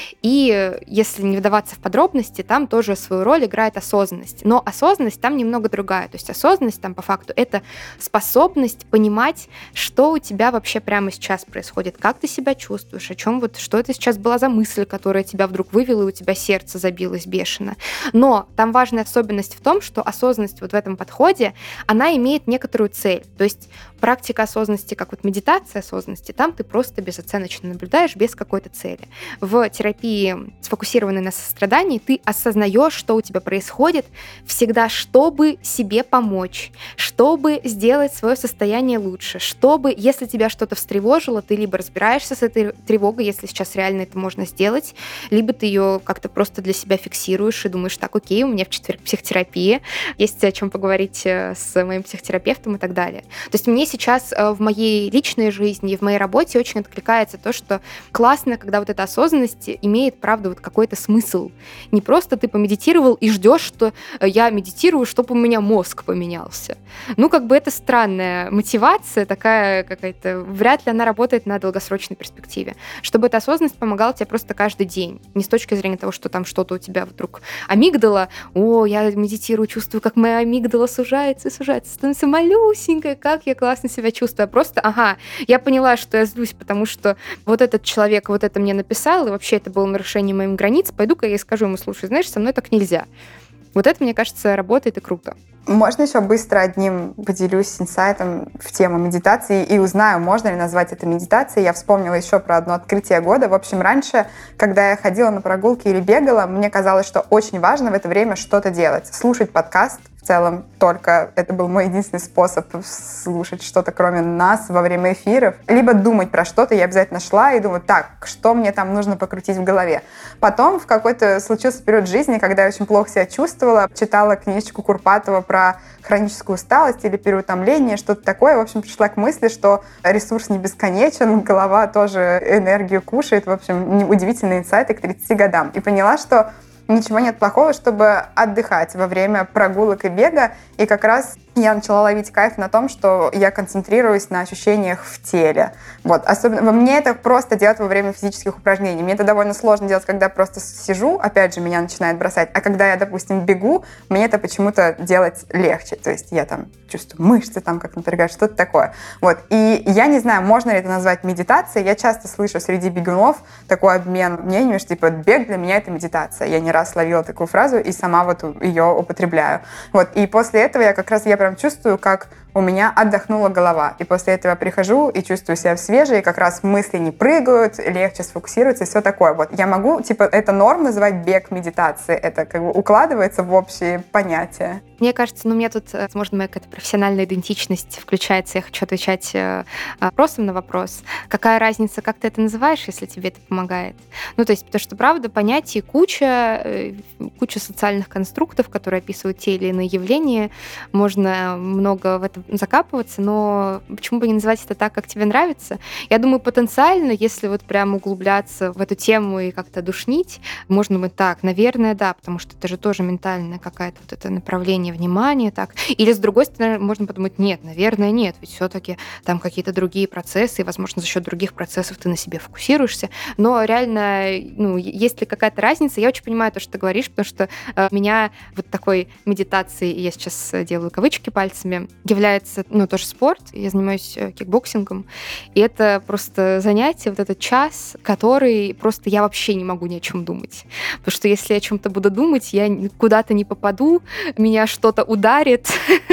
И если не вдаваться в подробности, там тоже свою роль играет осознанность. Но осознанность там немного другая. То есть осознанность там по факту это способность понимать, что у тебя вообще прямо сейчас происходит, как ты себя чувствуешь, о чем вот, что это сейчас была за мысль, которая тебя вдруг вывела, и у тебя сердце забилось бешено. Но там важная особенность в том, что осознанность вот в этом подходе, она имеет некоторую цель. То есть практика осознанности, как вот медитация осознанности, там ты просто безоценочно наблюдаешь без какой-то цели. В терапии, сфокусированной на сострадании, ты осознаешь, что у тебя происходит всегда, чтобы себе помочь, чтобы сделать свое состояние лучше, чтобы, если тебя что-то встревожило, ты либо разбираешься с этой тревогой, если сейчас реально это можно сделать, либо ты ее как-то просто для себя фиксируешь и думаешь, так, окей, у меня в четверг психотерапия, есть о чем поговорить с моим психотерапевтом и так далее. То есть мне сейчас в моей личной жизни и в моей работе очень откликается то, что классно, когда вот эта осознанность имеет, правда, вот какой-то смысл. Не просто ты помедитировал и ждешь, что я медитирую, чтобы у меня мозг поменялся. Ну, как бы это странная мотивация, такая какая-то, вряд ли она работает на долгосрочной перспективе. Чтобы эта осознанность помогала тебе просто каждый день. Не с точки зрения того, что там что-то у тебя вдруг амигдала, о, я медитирую, чувствую, как моя амигдала сужается и сужается, становится малюсенькая, как я классно себя чувствую. А просто, ага, я поняла, что я злюсь, потому что вот этот человек вот это мне написал, и вообще это было нарушение моих границ, пойду-ка я и скажу ему, слушай, знаешь, со мной так нельзя. Вот это, мне кажется, работает и круто. Можно еще быстро одним поделюсь инсайтом в тему медитации и узнаю, можно ли назвать это медитацией. Я вспомнила еще про одно открытие года. В общем, раньше, когда я ходила на прогулки или бегала, мне казалось, что очень важно в это время что-то делать. Слушать подкаст. В целом, только это был мой единственный способ слушать что-то, кроме нас, во время эфиров. Либо думать про что-то. Я обязательно шла и думаю, так, что мне там нужно покрутить в голове. Потом в какой-то случился период жизни, когда я очень плохо себя чувствовала, читала книжечку Курпатова про хроническую усталость или переутомление, что-то такое. В общем, пришла к мысли, что ресурс не бесконечен, голова тоже энергию кушает. В общем, удивительные инсайты к тридцати годам. И поняла, что ничего нет плохого, чтобы отдыхать во время прогулок и бега. И как раз я начала ловить кайф на том, что я концентрируюсь на ощущениях в теле. Вот. Особенно во мне это просто делать во время физических упражнений. Мне это довольно сложно делать, когда я просто сижу, опять же, меня начинает бросать. А когда я, допустим, бегу, мне это почему-то делать легче. То есть я там чувствую мышцы, там как напрягают, что-то такое. Вот. И я не знаю, можно ли это назвать медитацией. Я часто слышу среди бегунов такой обмен мнениями, что типа бег для меня это медитация. Я не раз ловила такую фразу и сама вот ее употребляю. Вот. И после этого я как раз я прям чувствую, как у меня отдохнула голова. И после этого я прихожу и чувствую себя свежей, и как раз мысли не прыгают, легче сфокусироваться и все такое. Вот я могу, типа, это норм называть бег медитации, это как бы укладывается в общие понятия. Мне кажется, ну, у меня тут, возможно, моя какая-то профессиональная идентичность включается. Я хочу отвечать вопросом на вопрос. Какая разница, как ты это называешь, если тебе это помогает? Ну, то есть, потому что, правда, понятий куча, куча социальных конструктов, которые описывают те или иные явления. Можно много в это закапываться, но почему бы не называть это так, как тебе нравится? Я думаю, потенциально, если вот прям углубляться в эту тему и как-то душнить, можно быть так, наверное, да, потому что это же тоже ментальное какое-то вот это направление внимания, так. Или, с другой стороны, можно подумать, нет, наверное, нет, ведь все-таки там какие-то другие процессы, и, возможно, за счет других процессов ты на себе фокусируешься, но реально, ну, есть ли какая-то разница? Я очень понимаю то, что ты говоришь, потому что э, меня вот такой медитацией, я сейчас делаю кавычки пальцами, является ну, тоже спорт, я занимаюсь кикбоксингом, и это просто занятие, вот этот час, который просто я вообще не могу ни о чем думать. Потому что если я о чем-то буду думать, я куда-то не попаду, меня что-то ударит,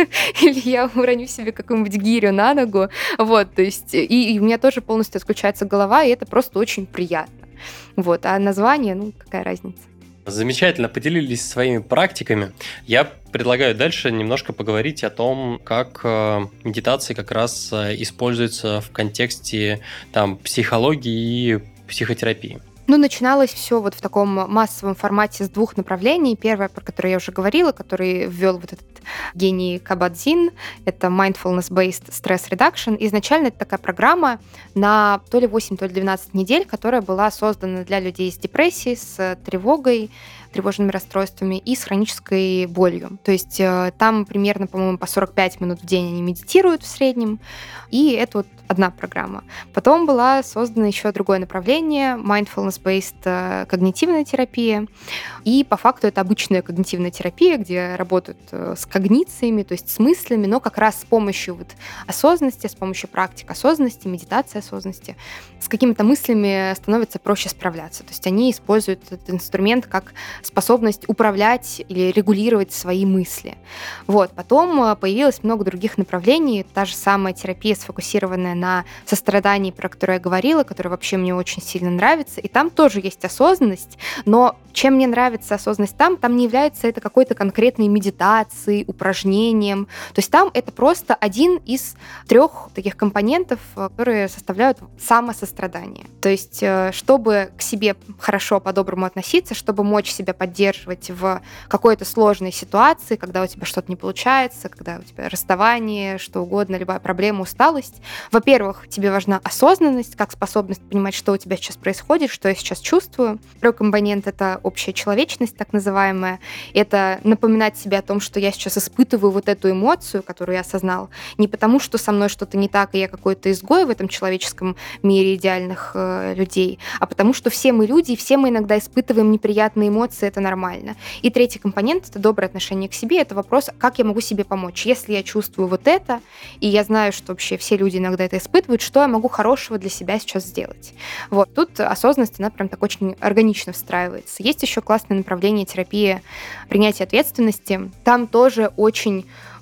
или я уроню себе какую-нибудь гирю на ногу. Вот, то есть, и, и у меня тоже полностью отключается голова, и это просто очень приятно. Вот, а название, ну, какая разница? Замечательно поделились своими практиками. Я предлагаю дальше немножко поговорить о том, как э, медитация как раз э, используется в контексте там, психологии и психотерапии. Ну, начиналось все вот в таком массовом формате с двух направлений. Первое, про которое я уже говорила, который ввел вот этот гений Кабат-Зinn, это Mindfulness-Based Stress Reduction. Изначально это такая программа на то ли восемь, то ли двенадцать недель, которая была создана для людей с депрессией, с тревогой, тревожными расстройствами и с хронической болью. То есть э, там примерно, по-моему, по сорок пять минут в день они медитируют в среднем, и это вот одна программа. Потом была создана еще другое направление, mindfulness-based э, когнитивная терапия, и по факту это обычная когнитивная терапия, где работают э, с когнициями, то есть с мыслями, но как раз с помощью вот осознанности, с помощью практик осознанности, медитации осознанности, с какими-то мыслями становится проще справляться. То есть они используют этот инструмент как способность управлять или регулировать свои мысли. Вот. Потом появилось много других направлений. Та же самая терапия, сфокусированная на сострадании, про которую я говорила, которая вообще мне очень сильно нравится. И там тоже есть осознанность, но чем мне нравится осознанность там, там не является это какой-то конкретной медитацией, упражнением. То есть там это просто один из трех таких компонентов, которые составляют самосострадание. То есть чтобы к себе хорошо, по-доброму относиться, чтобы мочь себя поддерживать в какой-то сложной ситуации, когда у тебя что-то не получается, когда у тебя расставание, что угодно, любая проблема, усталость. Во-первых, тебе важна осознанность, как способность понимать, что у тебя сейчас происходит, что я сейчас чувствую. Второй компонент — это общая человечность, так называемая. Это напоминать себе о том, что я сейчас испытываю вот эту эмоцию, которую я осознал, не потому, что со мной что-то не так, и я какой-то изгой в этом человеческом мире идеальных э, людей, а потому что все мы люди, и все мы иногда испытываем неприятные эмоции, это нормально. И третий компонент — это доброе отношение к себе, это вопрос, как я могу себе помочь. Если я чувствую вот это, и я знаю, что вообще все люди иногда это испытывают, что я могу хорошего для себя сейчас сделать. Вот. Тут осознанность, она прям так очень органично встраивается. Есть еще классное направление терапии принятия ответственности. Там тоже очень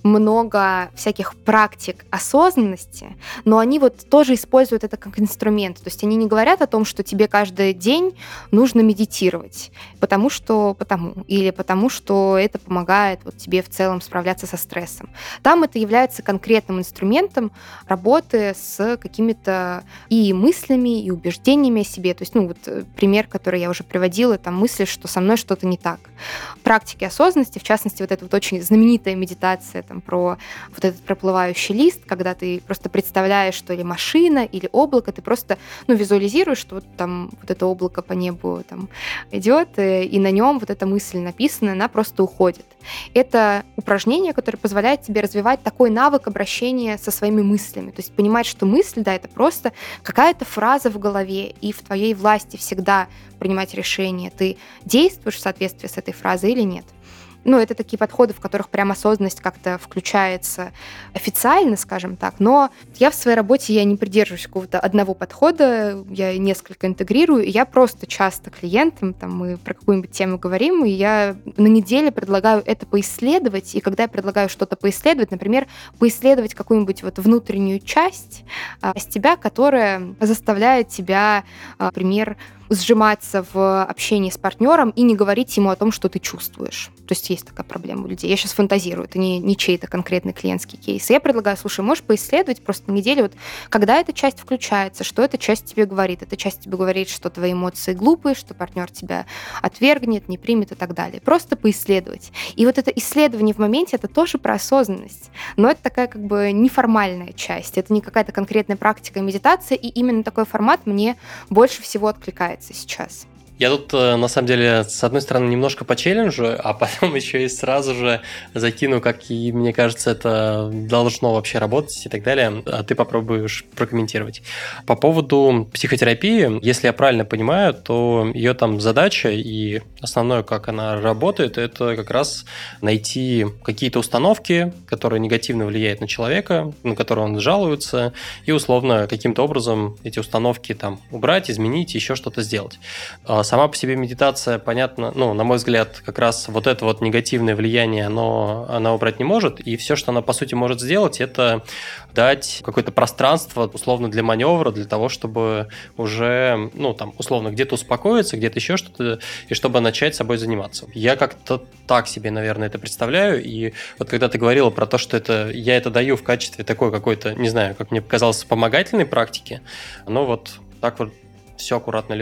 много всяких практик осознанности, но они вот тоже используют это как инструмент. То есть они не говорят о том, что тебе каждый день нужно медитировать, потому что потому, или потому что это помогает вот тебе в целом справляться со стрессом. Там это является конкретным инструментом работы с какими-то и мыслями, и убеждениями о себе. То есть, ну вот пример, который я уже приводила, там мысли, что со мной что-то не так. Практики осознанности, в частности, вот эта вот очень знаменитая медитация там, про вот этот проплывающий лист, когда ты просто представляешь, что или машина, или облако, ты просто ну, визуализируешь, что вот там вот это облако по небу там идет, и на нем вот эта мысль написана, она просто уходит. Это упражнение, которое позволяет тебе развивать такой навык обращения со своими мыслями. То есть понимать, что мысль, да, это просто какая-то фраза в голове, и в твоей власти всегда принимать решение, ты действуешь в соответствии с этой фразой или нет. Ну, это такие подходы, в которых прям осознанность как-то включается официально, скажем так, но я в своей работе я не придерживаюсь какого-то одного подхода, я несколько интегрирую, и я просто часто клиентам, там, мы про какую-нибудь тему говорим, и я на неделе предлагаю это поисследовать, и когда я предлагаю что-то поисследовать, например, поисследовать какую-нибудь вот внутреннюю часть а, с тебя, которая заставляет тебя, а, например, сжиматься в общении с партнером и не говорить ему о том, что ты чувствуешь. То есть есть такая проблема у людей. Я сейчас фантазирую, это не, не чей-то конкретный клиентский кейс. И я предлагаю, слушай, можешь поисследовать просто на неделю, вот, когда эта часть включается, что эта часть тебе говорит. Эта часть тебе говорит, что твои эмоции глупые, что партнер тебя отвергнет, не примет и так далее. Просто поисследовать. И вот это исследование в моменте, это тоже про осознанность. Но это такая как бы неформальная часть. Это не какая-то конкретная практика и медитация, и именно такой формат мне больше всего откликается сейчас. Я тут, на самом деле, с одной стороны, немножко по челленджу, а потом еще и сразу же закину, как и мне кажется, это должно вообще работать и так далее, а ты попробуешь прокомментировать. По поводу психотерапии, если я правильно понимаю, то ее там задача и основное, как она работает, это как раз найти какие-то установки, которые негативно влияют на человека, на которые он жалуется, и условно каким-то образом эти установки там убрать, изменить, еще что-то сделать. Сама по себе медитация, понятно, ну, на мой взгляд, как раз вот это вот негативное влияние, оно, она убрать не может, и все, что она, по сути, может сделать, это дать какое-то пространство, условно, для маневра, для того, чтобы уже, ну, там, условно, где-то успокоиться, где-то еще что-то, и чтобы начать собой заниматься. Я как-то так себе, наверное, это представляю, и вот когда ты говорила про то, что это, я это даю в качестве такой какой-то, не знаю, как мне показалось, вспомогательной практики, оно вот так вот все аккуратно легло.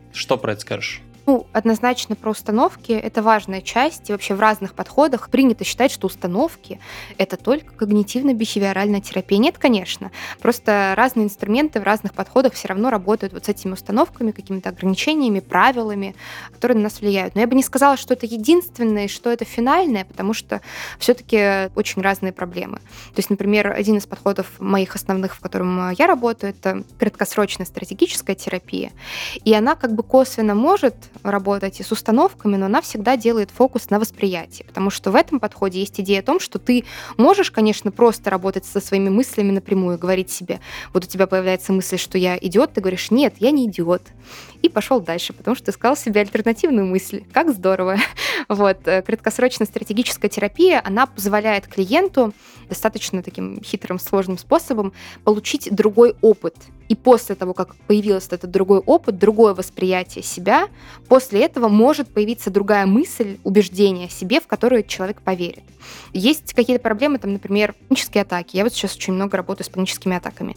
Что про это скажешь? Ну, однозначно про установки — это важная часть, и вообще в разных подходах принято считать, что установки — это только когнитивно-бихевиоральная терапия. Нет, конечно, просто разные инструменты в разных подходах все равно работают вот с этими установками, какими-то ограничениями, правилами, которые на нас влияют. Но я бы не сказала, что это единственное, что это финальное, потому что все-таки очень разные проблемы. То есть, например, один из подходов моих основных, в котором я работаю, это краткосрочная стратегическая терапия, и она как бы косвенно может работать и с установками, но она всегда делает фокус на восприятии, потому что в этом подходе есть идея о том, что ты можешь, конечно, просто работать со своими мыслями напрямую, говорить себе, вот у тебя появляется мысль, что я идиот, ты говоришь, нет, я не идиот, и пошел дальше, потому что ты сказал себе альтернативную мысль. Как здорово. Вот. Краткосрочная стратегическая терапия, она позволяет клиенту достаточно таким хитрым, сложным способом получить другой опыт. И после того, как появился этот другой опыт, другое восприятие себя, после этого может появиться другая мысль, убеждение о себе, в которую человек поверит. Есть какие-то проблемы, там, например, панические атаки. Я вот сейчас очень много работаю с паническими атаками.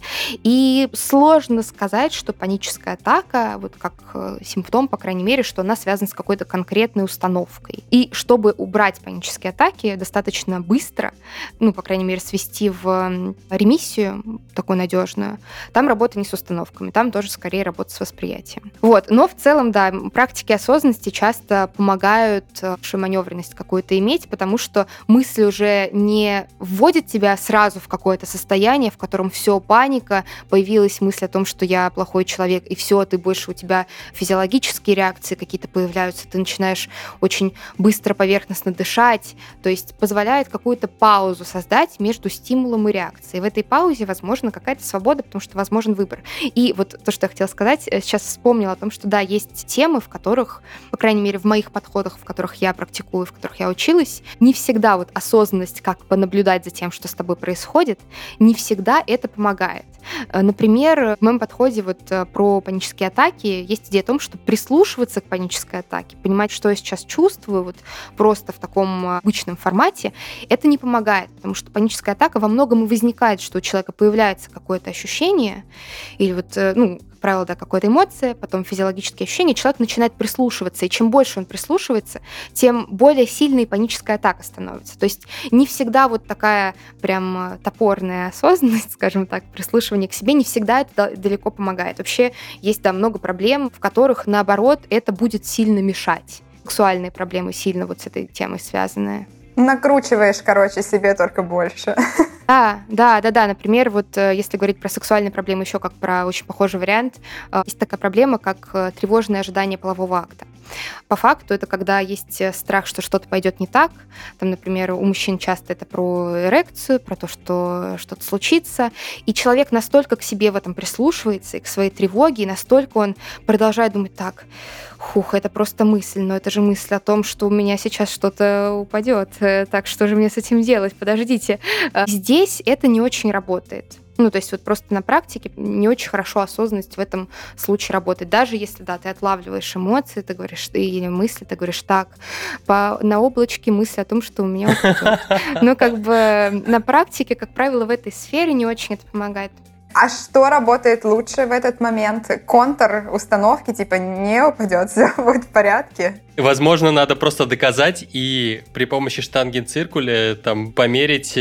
И сложно сказать, что паническая атака, вот как симптом, по крайней мере, что она связана с какой-то конкретной установкой. И чтобы убрать панические атаки достаточно быстро, ну, по крайней мере, свести в ремиссию такую надежную, там работа не с установками, там тоже скорее работа с восприятием. Вот. Но в целом, да, практики осознанности часто помогают большую маневренность какую-то иметь, потому что мысль уже не вводит тебя сразу в какое-то состояние, в котором все паника, появилась мысль о том, что я плохой человек, и все, ты больше, у тебя физиологические реакции какие-то появляются, ты начинаешь очень быстро, поверхностно дышать, то есть позволяет какую-то паузу создать между стимулом и реакцией. В этой паузе, возможно, какая-то свобода, потому что возможен выбор. И вот то, что я хотела сказать, сейчас вспомнила о том, что да, есть темы, в которых, по крайней мере, в моих подходах, в которых я практикую, в которых я училась, не всегда вот осознанность, как понаблюдать за тем, что с тобой происходит, не всегда это помогает. Например, в моем подходе вот про панические атаки есть идея о том, что прислушиваться к панической атаке, понимать, что я сейчас чувствую, вот просто в таком обычном формате, это не помогает, потому что паническая атака во многом и возникает, что у человека появляется какое-то ощущение, или вот, ну, как правило, да, какая-то эмоция, потом физиологические ощущения, человек начинает прислушиваться, и чем больше он прислушивается, тем более сильной паническая атака становится. То есть не всегда вот такая прям топорная осознанность, скажем так, прислушивание к себе, не всегда это далеко помогает. Вообще есть, да, много проблем, в которых, наоборот, это будет сильно мешать. Сексуальные проблемы сильно вот с этой темой связаны. Накручиваешь, короче, себе только больше. Да, да, да, да. Например, вот если говорить про сексуальные проблемы, еще как про очень похожий вариант, есть такая проблема, как тревожное ожидание полового акта. По факту это когда есть страх, что что-то пойдет не так. Там, например, у мужчин часто это про эрекцию, про то, что что-то случится. И человек настолько к себе в этом прислушивается и к своей тревоге, и настолько он продолжает думать так, хух, это просто мысль, но это же мысль о том, что у меня сейчас что-то упадет. Так, что же мне с этим делать? Подождите. Здесь это не очень работает. Ну, то есть вот просто на практике не очень хорошо осознанность в этом случае работает. Даже если, да, ты отлавливаешь эмоции, ты говоришь, или мысли, ты говоришь, так, по, на облачке мысли о том, что у меня упадет. Но как бы на практике, как правило, в этой сфере не очень это помогает. А что работает лучше в этот момент? Контр установки, типа, не упадет, все будет в порядке? Возможно, надо просто доказать и при помощи штангенциркуля там померить...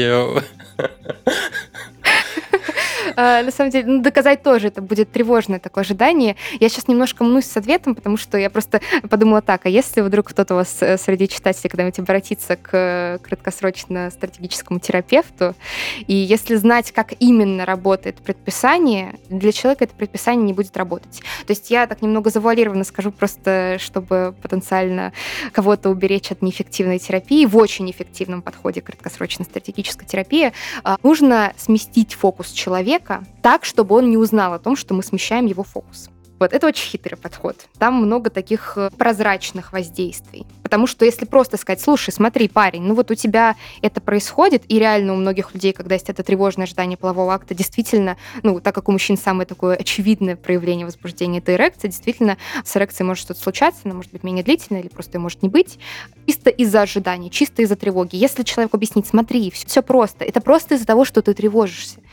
На самом деле, ну, доказать тоже это будет тревожное такое ожидание. Я сейчас немножко мнусь с ответом, потому что я просто подумала так, а если вдруг кто-то у вас среди читателей когда-нибудь обратится к краткосрочно-стратегическому терапевту, и если знать, как именно работает предписание, для человека это предписание не будет работать. То есть я так немного завуалированно скажу, просто чтобы потенциально кого-то уберечь от неэффективной терапии. В очень эффективном подходе краткосрочно-стратегической терапии нужно сместить фокус человека так, чтобы он не узнал о том, что мы смещаем его фокус. Вот, это очень хитрый подход. Там много таких прозрачных воздействий. Потому что если просто сказать, слушай, смотри, парень, ну вот у тебя это происходит, и реально у многих людей, когда есть это тревожное ожидание полового акта, действительно, ну, так как у мужчин самое такое очевидное проявление возбуждения — это эрекция, действительно, с эрекцией может что-то случаться, она может быть менее длительная, или просто ее может не быть, чисто из-за ожидания, чисто из-за тревоги. Если человеку объяснить, смотри, все просто, это просто из-за того, что ты тревожишься.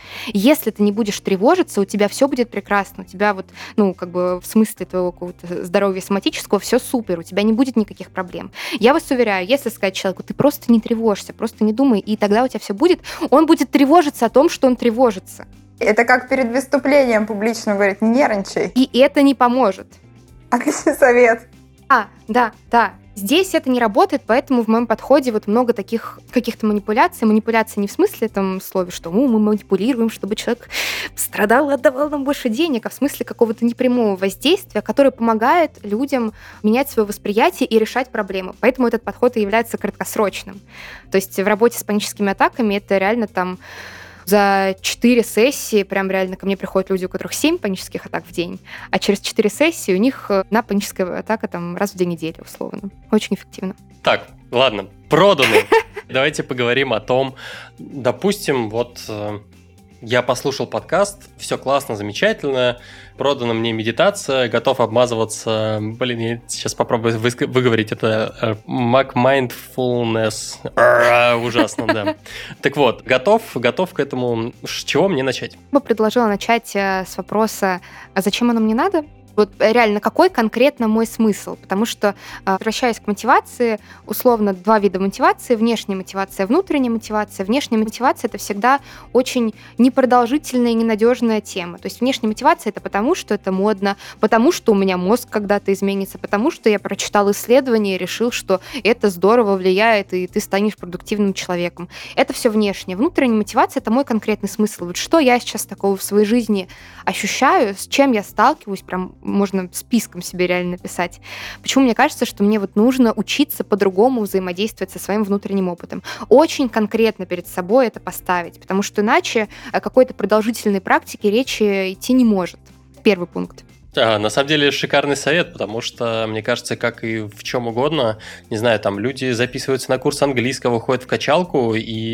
Если ты не будешь тревожиться, у тебя все будет прекрасно, у тебя вот, ну, как бы в смысле твоего какого-то здоровья соматического все супер, у тебя не будет никаких проблем. Я вас уверяю, если сказать человеку, ты просто не тревожься, просто не думай, и тогда у тебя все будет, он будет тревожиться о том, что он тревожится. Это как перед выступлением публично говорить, не нервничай. И это не поможет. Отличный совет. А, да, да. Здесь это не работает, поэтому в моем подходе вот много таких каких-то манипуляций. Манипуляции не в смысле там слове, что ну, мы манипулируем, чтобы человек страдал и отдавал нам больше денег, а в смысле какого-то непрямого воздействия, которое помогает людям менять свое восприятие и решать проблемы. Поэтому этот подход и является краткосрочным. То есть в работе с паническими атаками это реально там за четыре сессии, прям реально ко мне приходят люди, у которых семь панических атак в день, а через четыре сессии у них одна паническая атака там раз в две недели, условно. Очень эффективно. Так, ладно, продано. Давайте поговорим о том, допустим, вот я послушал подкаст, все классно, замечательно, продана мне медитация, готов обмазываться, блин, я сейчас попробую выговорить это, Mac Mindfulness, ужасно, да. Так вот, готов, готов к этому, с чего мне начать? Я бы предложила начать с вопроса, а зачем оно мне надо? Вот реально, какой конкретно мой смысл? Потому что, возвращаясь к мотивации, условно, два вида мотивации. Внешняя мотивация, внутренняя мотивация. Внешняя мотивация — это всегда очень непродолжительная и ненадежная тема. То есть внешняя мотивация — это потому, что это модно, потому что у меня мозг когда-то изменится, потому что я прочитал исследование и решил, что это здорово влияет, и ты станешь продуктивным человеком. Это все внешнее. Внутренняя мотивация — это мой конкретный смысл. Вот что я сейчас такого в своей жизни ощущаю, с чем я сталкиваюсь, прям можно списком себе реально написать. Почему мне кажется, что мне вот нужно учиться по-другому взаимодействовать со своим внутренним опытом. Очень конкретно перед собой это поставить, потому что иначе о какой-то продолжительной практике речи идти не может. Первый пункт. А, на самом деле шикарный совет, потому что, мне кажется, как и в чем угодно, не знаю, там люди записываются на курс английского, ходят в качалку, и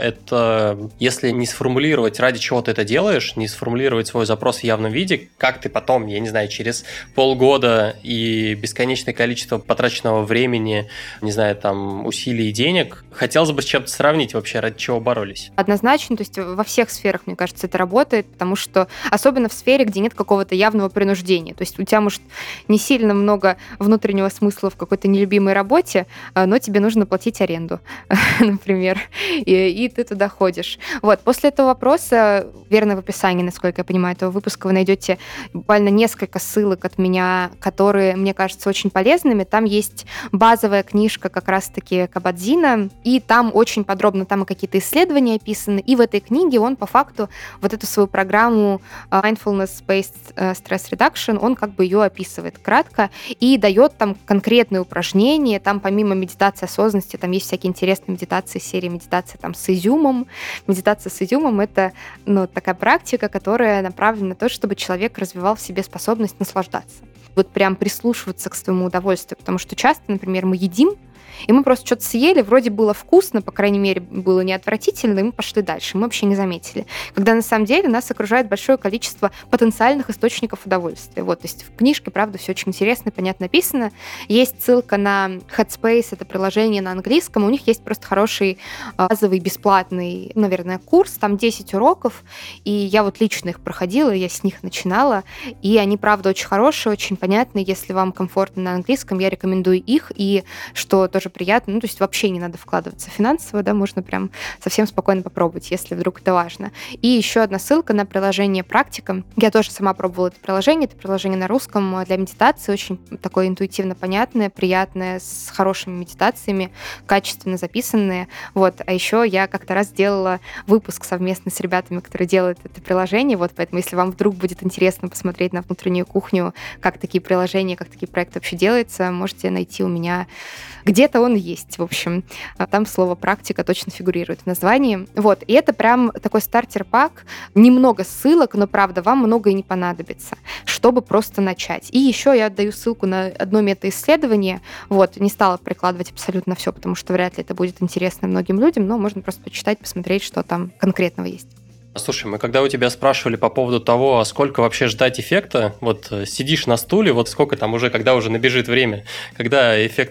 это, если не сформулировать, ради чего ты это делаешь, не сформулировать свой запрос в явном виде, как ты потом, я не знаю, через полгода и бесконечное количество потраченного времени, не знаю, там, усилий и денег, хотелось бы с чем-то сравнить вообще, ради чего боролись. Однозначно, то есть во всех сферах, мне кажется, это работает, потому что, особенно в сфере, где нет какого-то явного принуждения. То есть у тебя, может, не сильно много внутреннего смысла в какой-то нелюбимой работе, но тебе нужно платить аренду, например, и, и ты туда ходишь. Вот. После этого вопроса, верно, в описании, насколько я понимаю, этого выпуска вы найдете буквально несколько ссылок от меня, которые, мне кажутся, очень полезными. Там есть базовая книжка как раз-таки Кабат-Зинна, и там очень подробно, там и какие-то исследования описаны, и в этой книге он по факту вот эту свою программу Mindfulness-Based Stress Reduction, он как бы ее описывает кратко и дает там конкретные упражнения. Там помимо медитации осознанности, там есть всякие интересные медитации, серии медитации там с изюмом. Медитация с изюмом — это ну, такая практика, которая направлена на то, чтобы человек развивал в себе способность наслаждаться. Вот прям прислушиваться к своему удовольствию, потому что часто, например, мы едим, и мы просто что-то съели, вроде было вкусно, по крайней мере, было не отвратительно, и мы пошли дальше, мы вообще не заметили. Когда на самом деле нас окружает большое количество потенциальных источников удовольствия. Вот, то есть в книжке, правда, все очень интересно и понятно написано. Есть ссылка на Headspace, это приложение на английском, у них есть просто хороший базовый бесплатный, наверное, курс, там десять уроков, и я вот лично их проходила, я с них начинала, и они, правда, очень хорошие, очень понятные. Если вам комфортно на английском, я рекомендую их, и что тоже приятно, ну, то есть вообще не надо вкладываться финансово, да, можно прям совсем спокойно попробовать, если вдруг это важно. И еще одна ссылка на приложение «Практика». Я тоже сама пробовала это приложение, это приложение на русском для медитации, очень такое интуитивно понятное, приятное, с хорошими медитациями, качественно записанные. Вот. А еще я как-то раз делала выпуск совместно с ребятами, которые делают это приложение, вот, поэтому если вам вдруг будет интересно посмотреть на внутреннюю кухню, как такие приложения, как такие проекты вообще делаются, можете найти у меня где-то он есть, в общем. Там слово «практика» точно фигурирует в названии. Вот, и это прям такой стартер-пак. Немного ссылок, но, правда, вам многое не понадобится, чтобы просто начать. И еще я отдаю ссылку на одно метаисследование. Вот, не стала прикладывать абсолютно все, потому что вряд ли это будет интересно многим людям, но можно просто почитать, посмотреть, что там конкретного есть. Слушай, мы когда у тебя спрашивали по поводу того, а сколько вообще ждать эффекта, вот сидишь на стуле, вот сколько там уже, когда уже набежит время, когда эффекта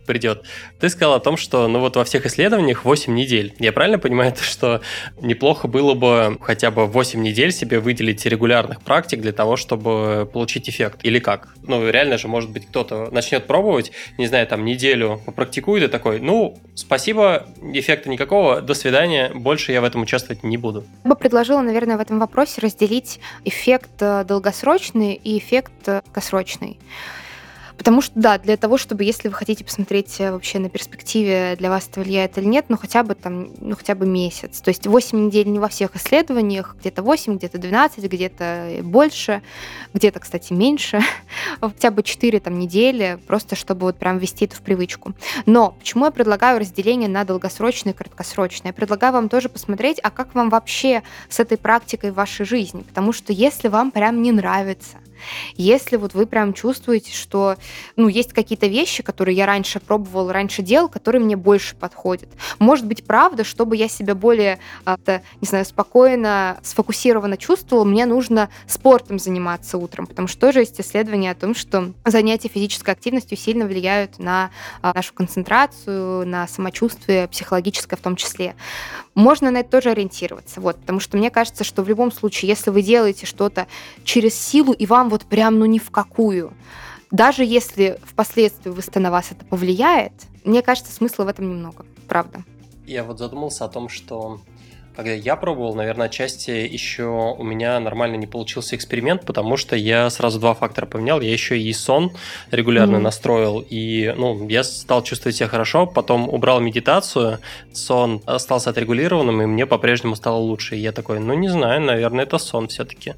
придет. Ты сказал о том, что ну вот во всех исследованиях восемь недель. Я правильно понимаю, что неплохо было бы хотя бы восемь недель себе выделить регулярных практик для того, чтобы получить эффект? Или как? Ну, реально же, может быть, кто-то начнет пробовать, не знаю, там, неделю попрактикует и такой, ну, спасибо, эффекта никакого, до свидания, больше я в этом участвовать не буду. Я бы предложила, наверное, в этом вопросе разделить эффект долгосрочный и эффект краткосрочный. Потому что, да, для того, чтобы, если вы хотите посмотреть вообще на перспективе, для вас это влияет или нет, ну хотя бы там, ну хотя бы месяц. То есть восемь недель не во всех исследованиях, где-то восемь, где-то двенадцать, где-то больше, где-то, кстати, меньше, хотя бы четыре там недели, просто чтобы вот прям ввести это в привычку. Но почему я предлагаю разделение на долгосрочное и краткосрочное? Я предлагаю вам тоже посмотреть, а как вам вообще с этой практикой в вашей жизни? Потому что если вам прям не нравится, если вот вы прям чувствуете, что ну, есть какие-то вещи, которые я раньше пробовал, раньше делал, которые мне больше подходят. Может быть, правда, чтобы я себя более, не знаю, спокойно, сфокусированно чувствовала, мне нужно спортом заниматься утром, потому что тоже есть исследования о том, что занятия физической активностью сильно влияют на нашу концентрацию, на самочувствие, психологическое в том числе. Можно на это тоже ориентироваться, вот, потому что мне кажется, что в любом случае, если вы делаете что-то через силу, и вам вот прям ну ни в какую, даже если впоследствии на вас это повлияет, мне кажется, смысла в этом немного, правда. Я вот задумался о том, что когда я пробовал, наверное, отчасти еще у меня нормально не получился эксперимент, потому что я сразу два фактора поменял. Я еще и сон регулярно mm-hmm. настроил, и ну, я стал чувствовать себя хорошо, потом убрал медитацию, сон остался отрегулированным, и мне по-прежнему стало лучше. И я такой, ну не знаю, наверное, это сон все-таки.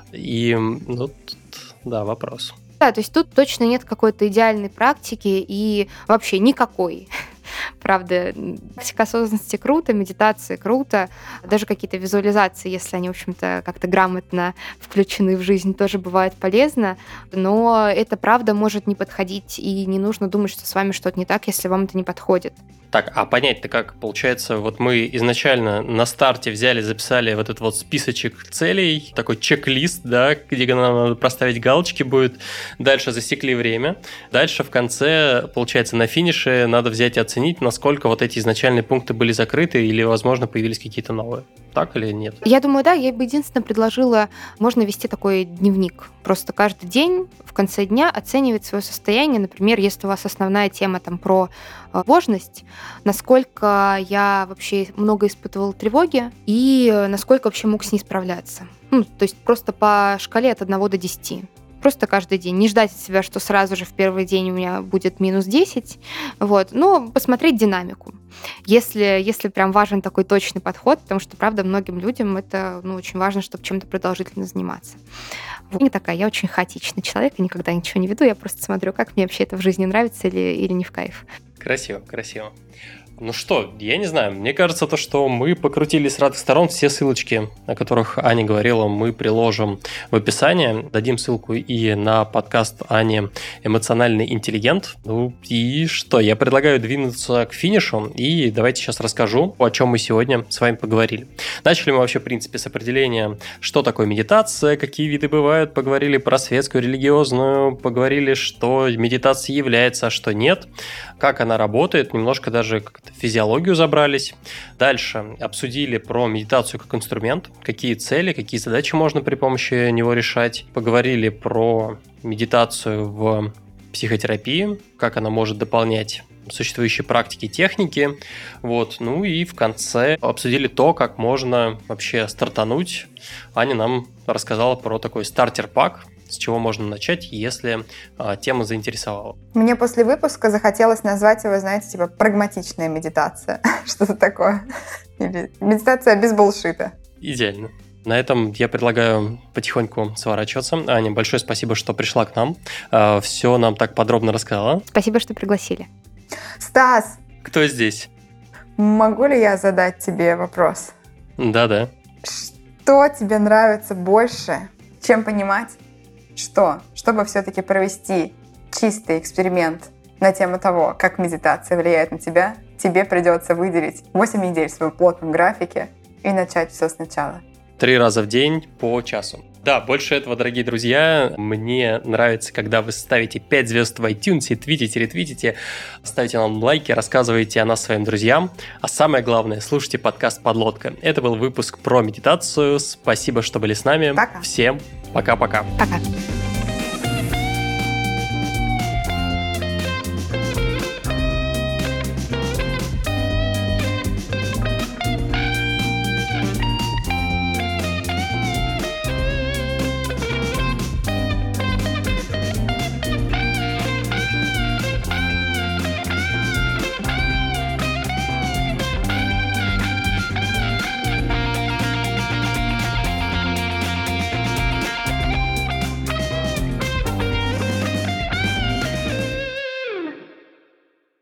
И ну, тут, да, вопрос. Да, то есть тут точно нет какой-то идеальной практики и вообще никакой. Правда, практика осознанности круто, медитации круто, даже какие-то визуализации, если они, в общем-то, как-то грамотно включены в жизнь, тоже бывает полезно, но это, правда, может не подходить, и не нужно думать, что с вами что-то не так, если вам это не подходит. Так, а понять-то как? Получается, вот мы изначально на старте взяли, записали вот этот вот списочек целей, такой чек-лист, да, где нам надо проставить галочки будет, дальше засекли время, дальше в конце, получается, на финише надо взять и оценить, насколько вот эти изначальные пункты были закрыты или, возможно, появились какие-то новые. Так или нет? Я думаю, да, я бы единственное предложила, можно вести такой дневник. Просто каждый день в конце дня оценивать свое состояние. Например, если у вас основная тема там про тревожность, насколько я вообще много испытывала тревоги и насколько вообще мог с ней справляться. Ну, то есть просто по шкале от одного до десяти. Просто каждый день. Не ждать от себя, что сразу же в первый день у меня будет минус десять. Вот. Но посмотреть динамику. Если, если прям важен такой точный подход, потому что, правда, многим людям это ну, очень важно, чтобы чем-то продолжительно заниматься. Вот. Я не такая, я очень хаотичный человек, и никогда ничего не веду, я просто смотрю, как мне вообще это в жизни нравится или, или не в кайф. Красиво, красиво. Ну что, я не знаю, мне кажется, то, что мы покрутили с разных сторон. Все ссылочки, о которых Аня говорила, мы приложим в описании. Дадим ссылку и на подкаст Ани «Эмоциональный интеллигент». Ну и что, я предлагаю двинуться к финишу, и давайте сейчас расскажу, о чем мы сегодня с вами поговорили. Начали мы вообще, в принципе, с определения, что такое медитация, какие виды бывают, поговорили про светскую, религиозную, поговорили, что медитация является, а что нет, как она работает, немножко даже как-то физиологию забрались. Дальше обсудили про медитацию как инструмент, какие цели, какие задачи можно при помощи него решать. Поговорили про медитацию в психотерапии, как она может дополнять существующие практики и техники. Вот. Ну и в конце обсудили то, как можно вообще стартануть. Аня нам рассказала про такой стартер-пак, с чего можно начать, если а, тема заинтересовала. Мне после выпуска захотелось назвать его, знаете, типа прагматичная медитация. Что-то такое. Или медитация без булшита. Идеально. На этом я предлагаю потихоньку сворачиваться. Аня, большое спасибо, что пришла к нам. А, все нам так подробно рассказала. Спасибо, что пригласили. Стас! Кто здесь? Могу ли я задать тебе вопрос? Да-да. Что тебе нравится больше, чем понимать, что, чтобы все-таки провести чистый эксперимент на тему того, как медитация влияет на тебя, тебе придется выделить восемь недель в своем плотном графике и начать все сначала. Три раза в день по часу. Да, больше этого, дорогие друзья. Мне нравится, когда вы ставите пять звезд в iTunes, твитите, ретвитите, ставите нам лайки, рассказываете о нас своим друзьям. А самое главное, слушайте подкаст «Подлодка». Это был выпуск про медитацию. Спасибо, что были с нами. Пока. Всем пока-пока. Пока.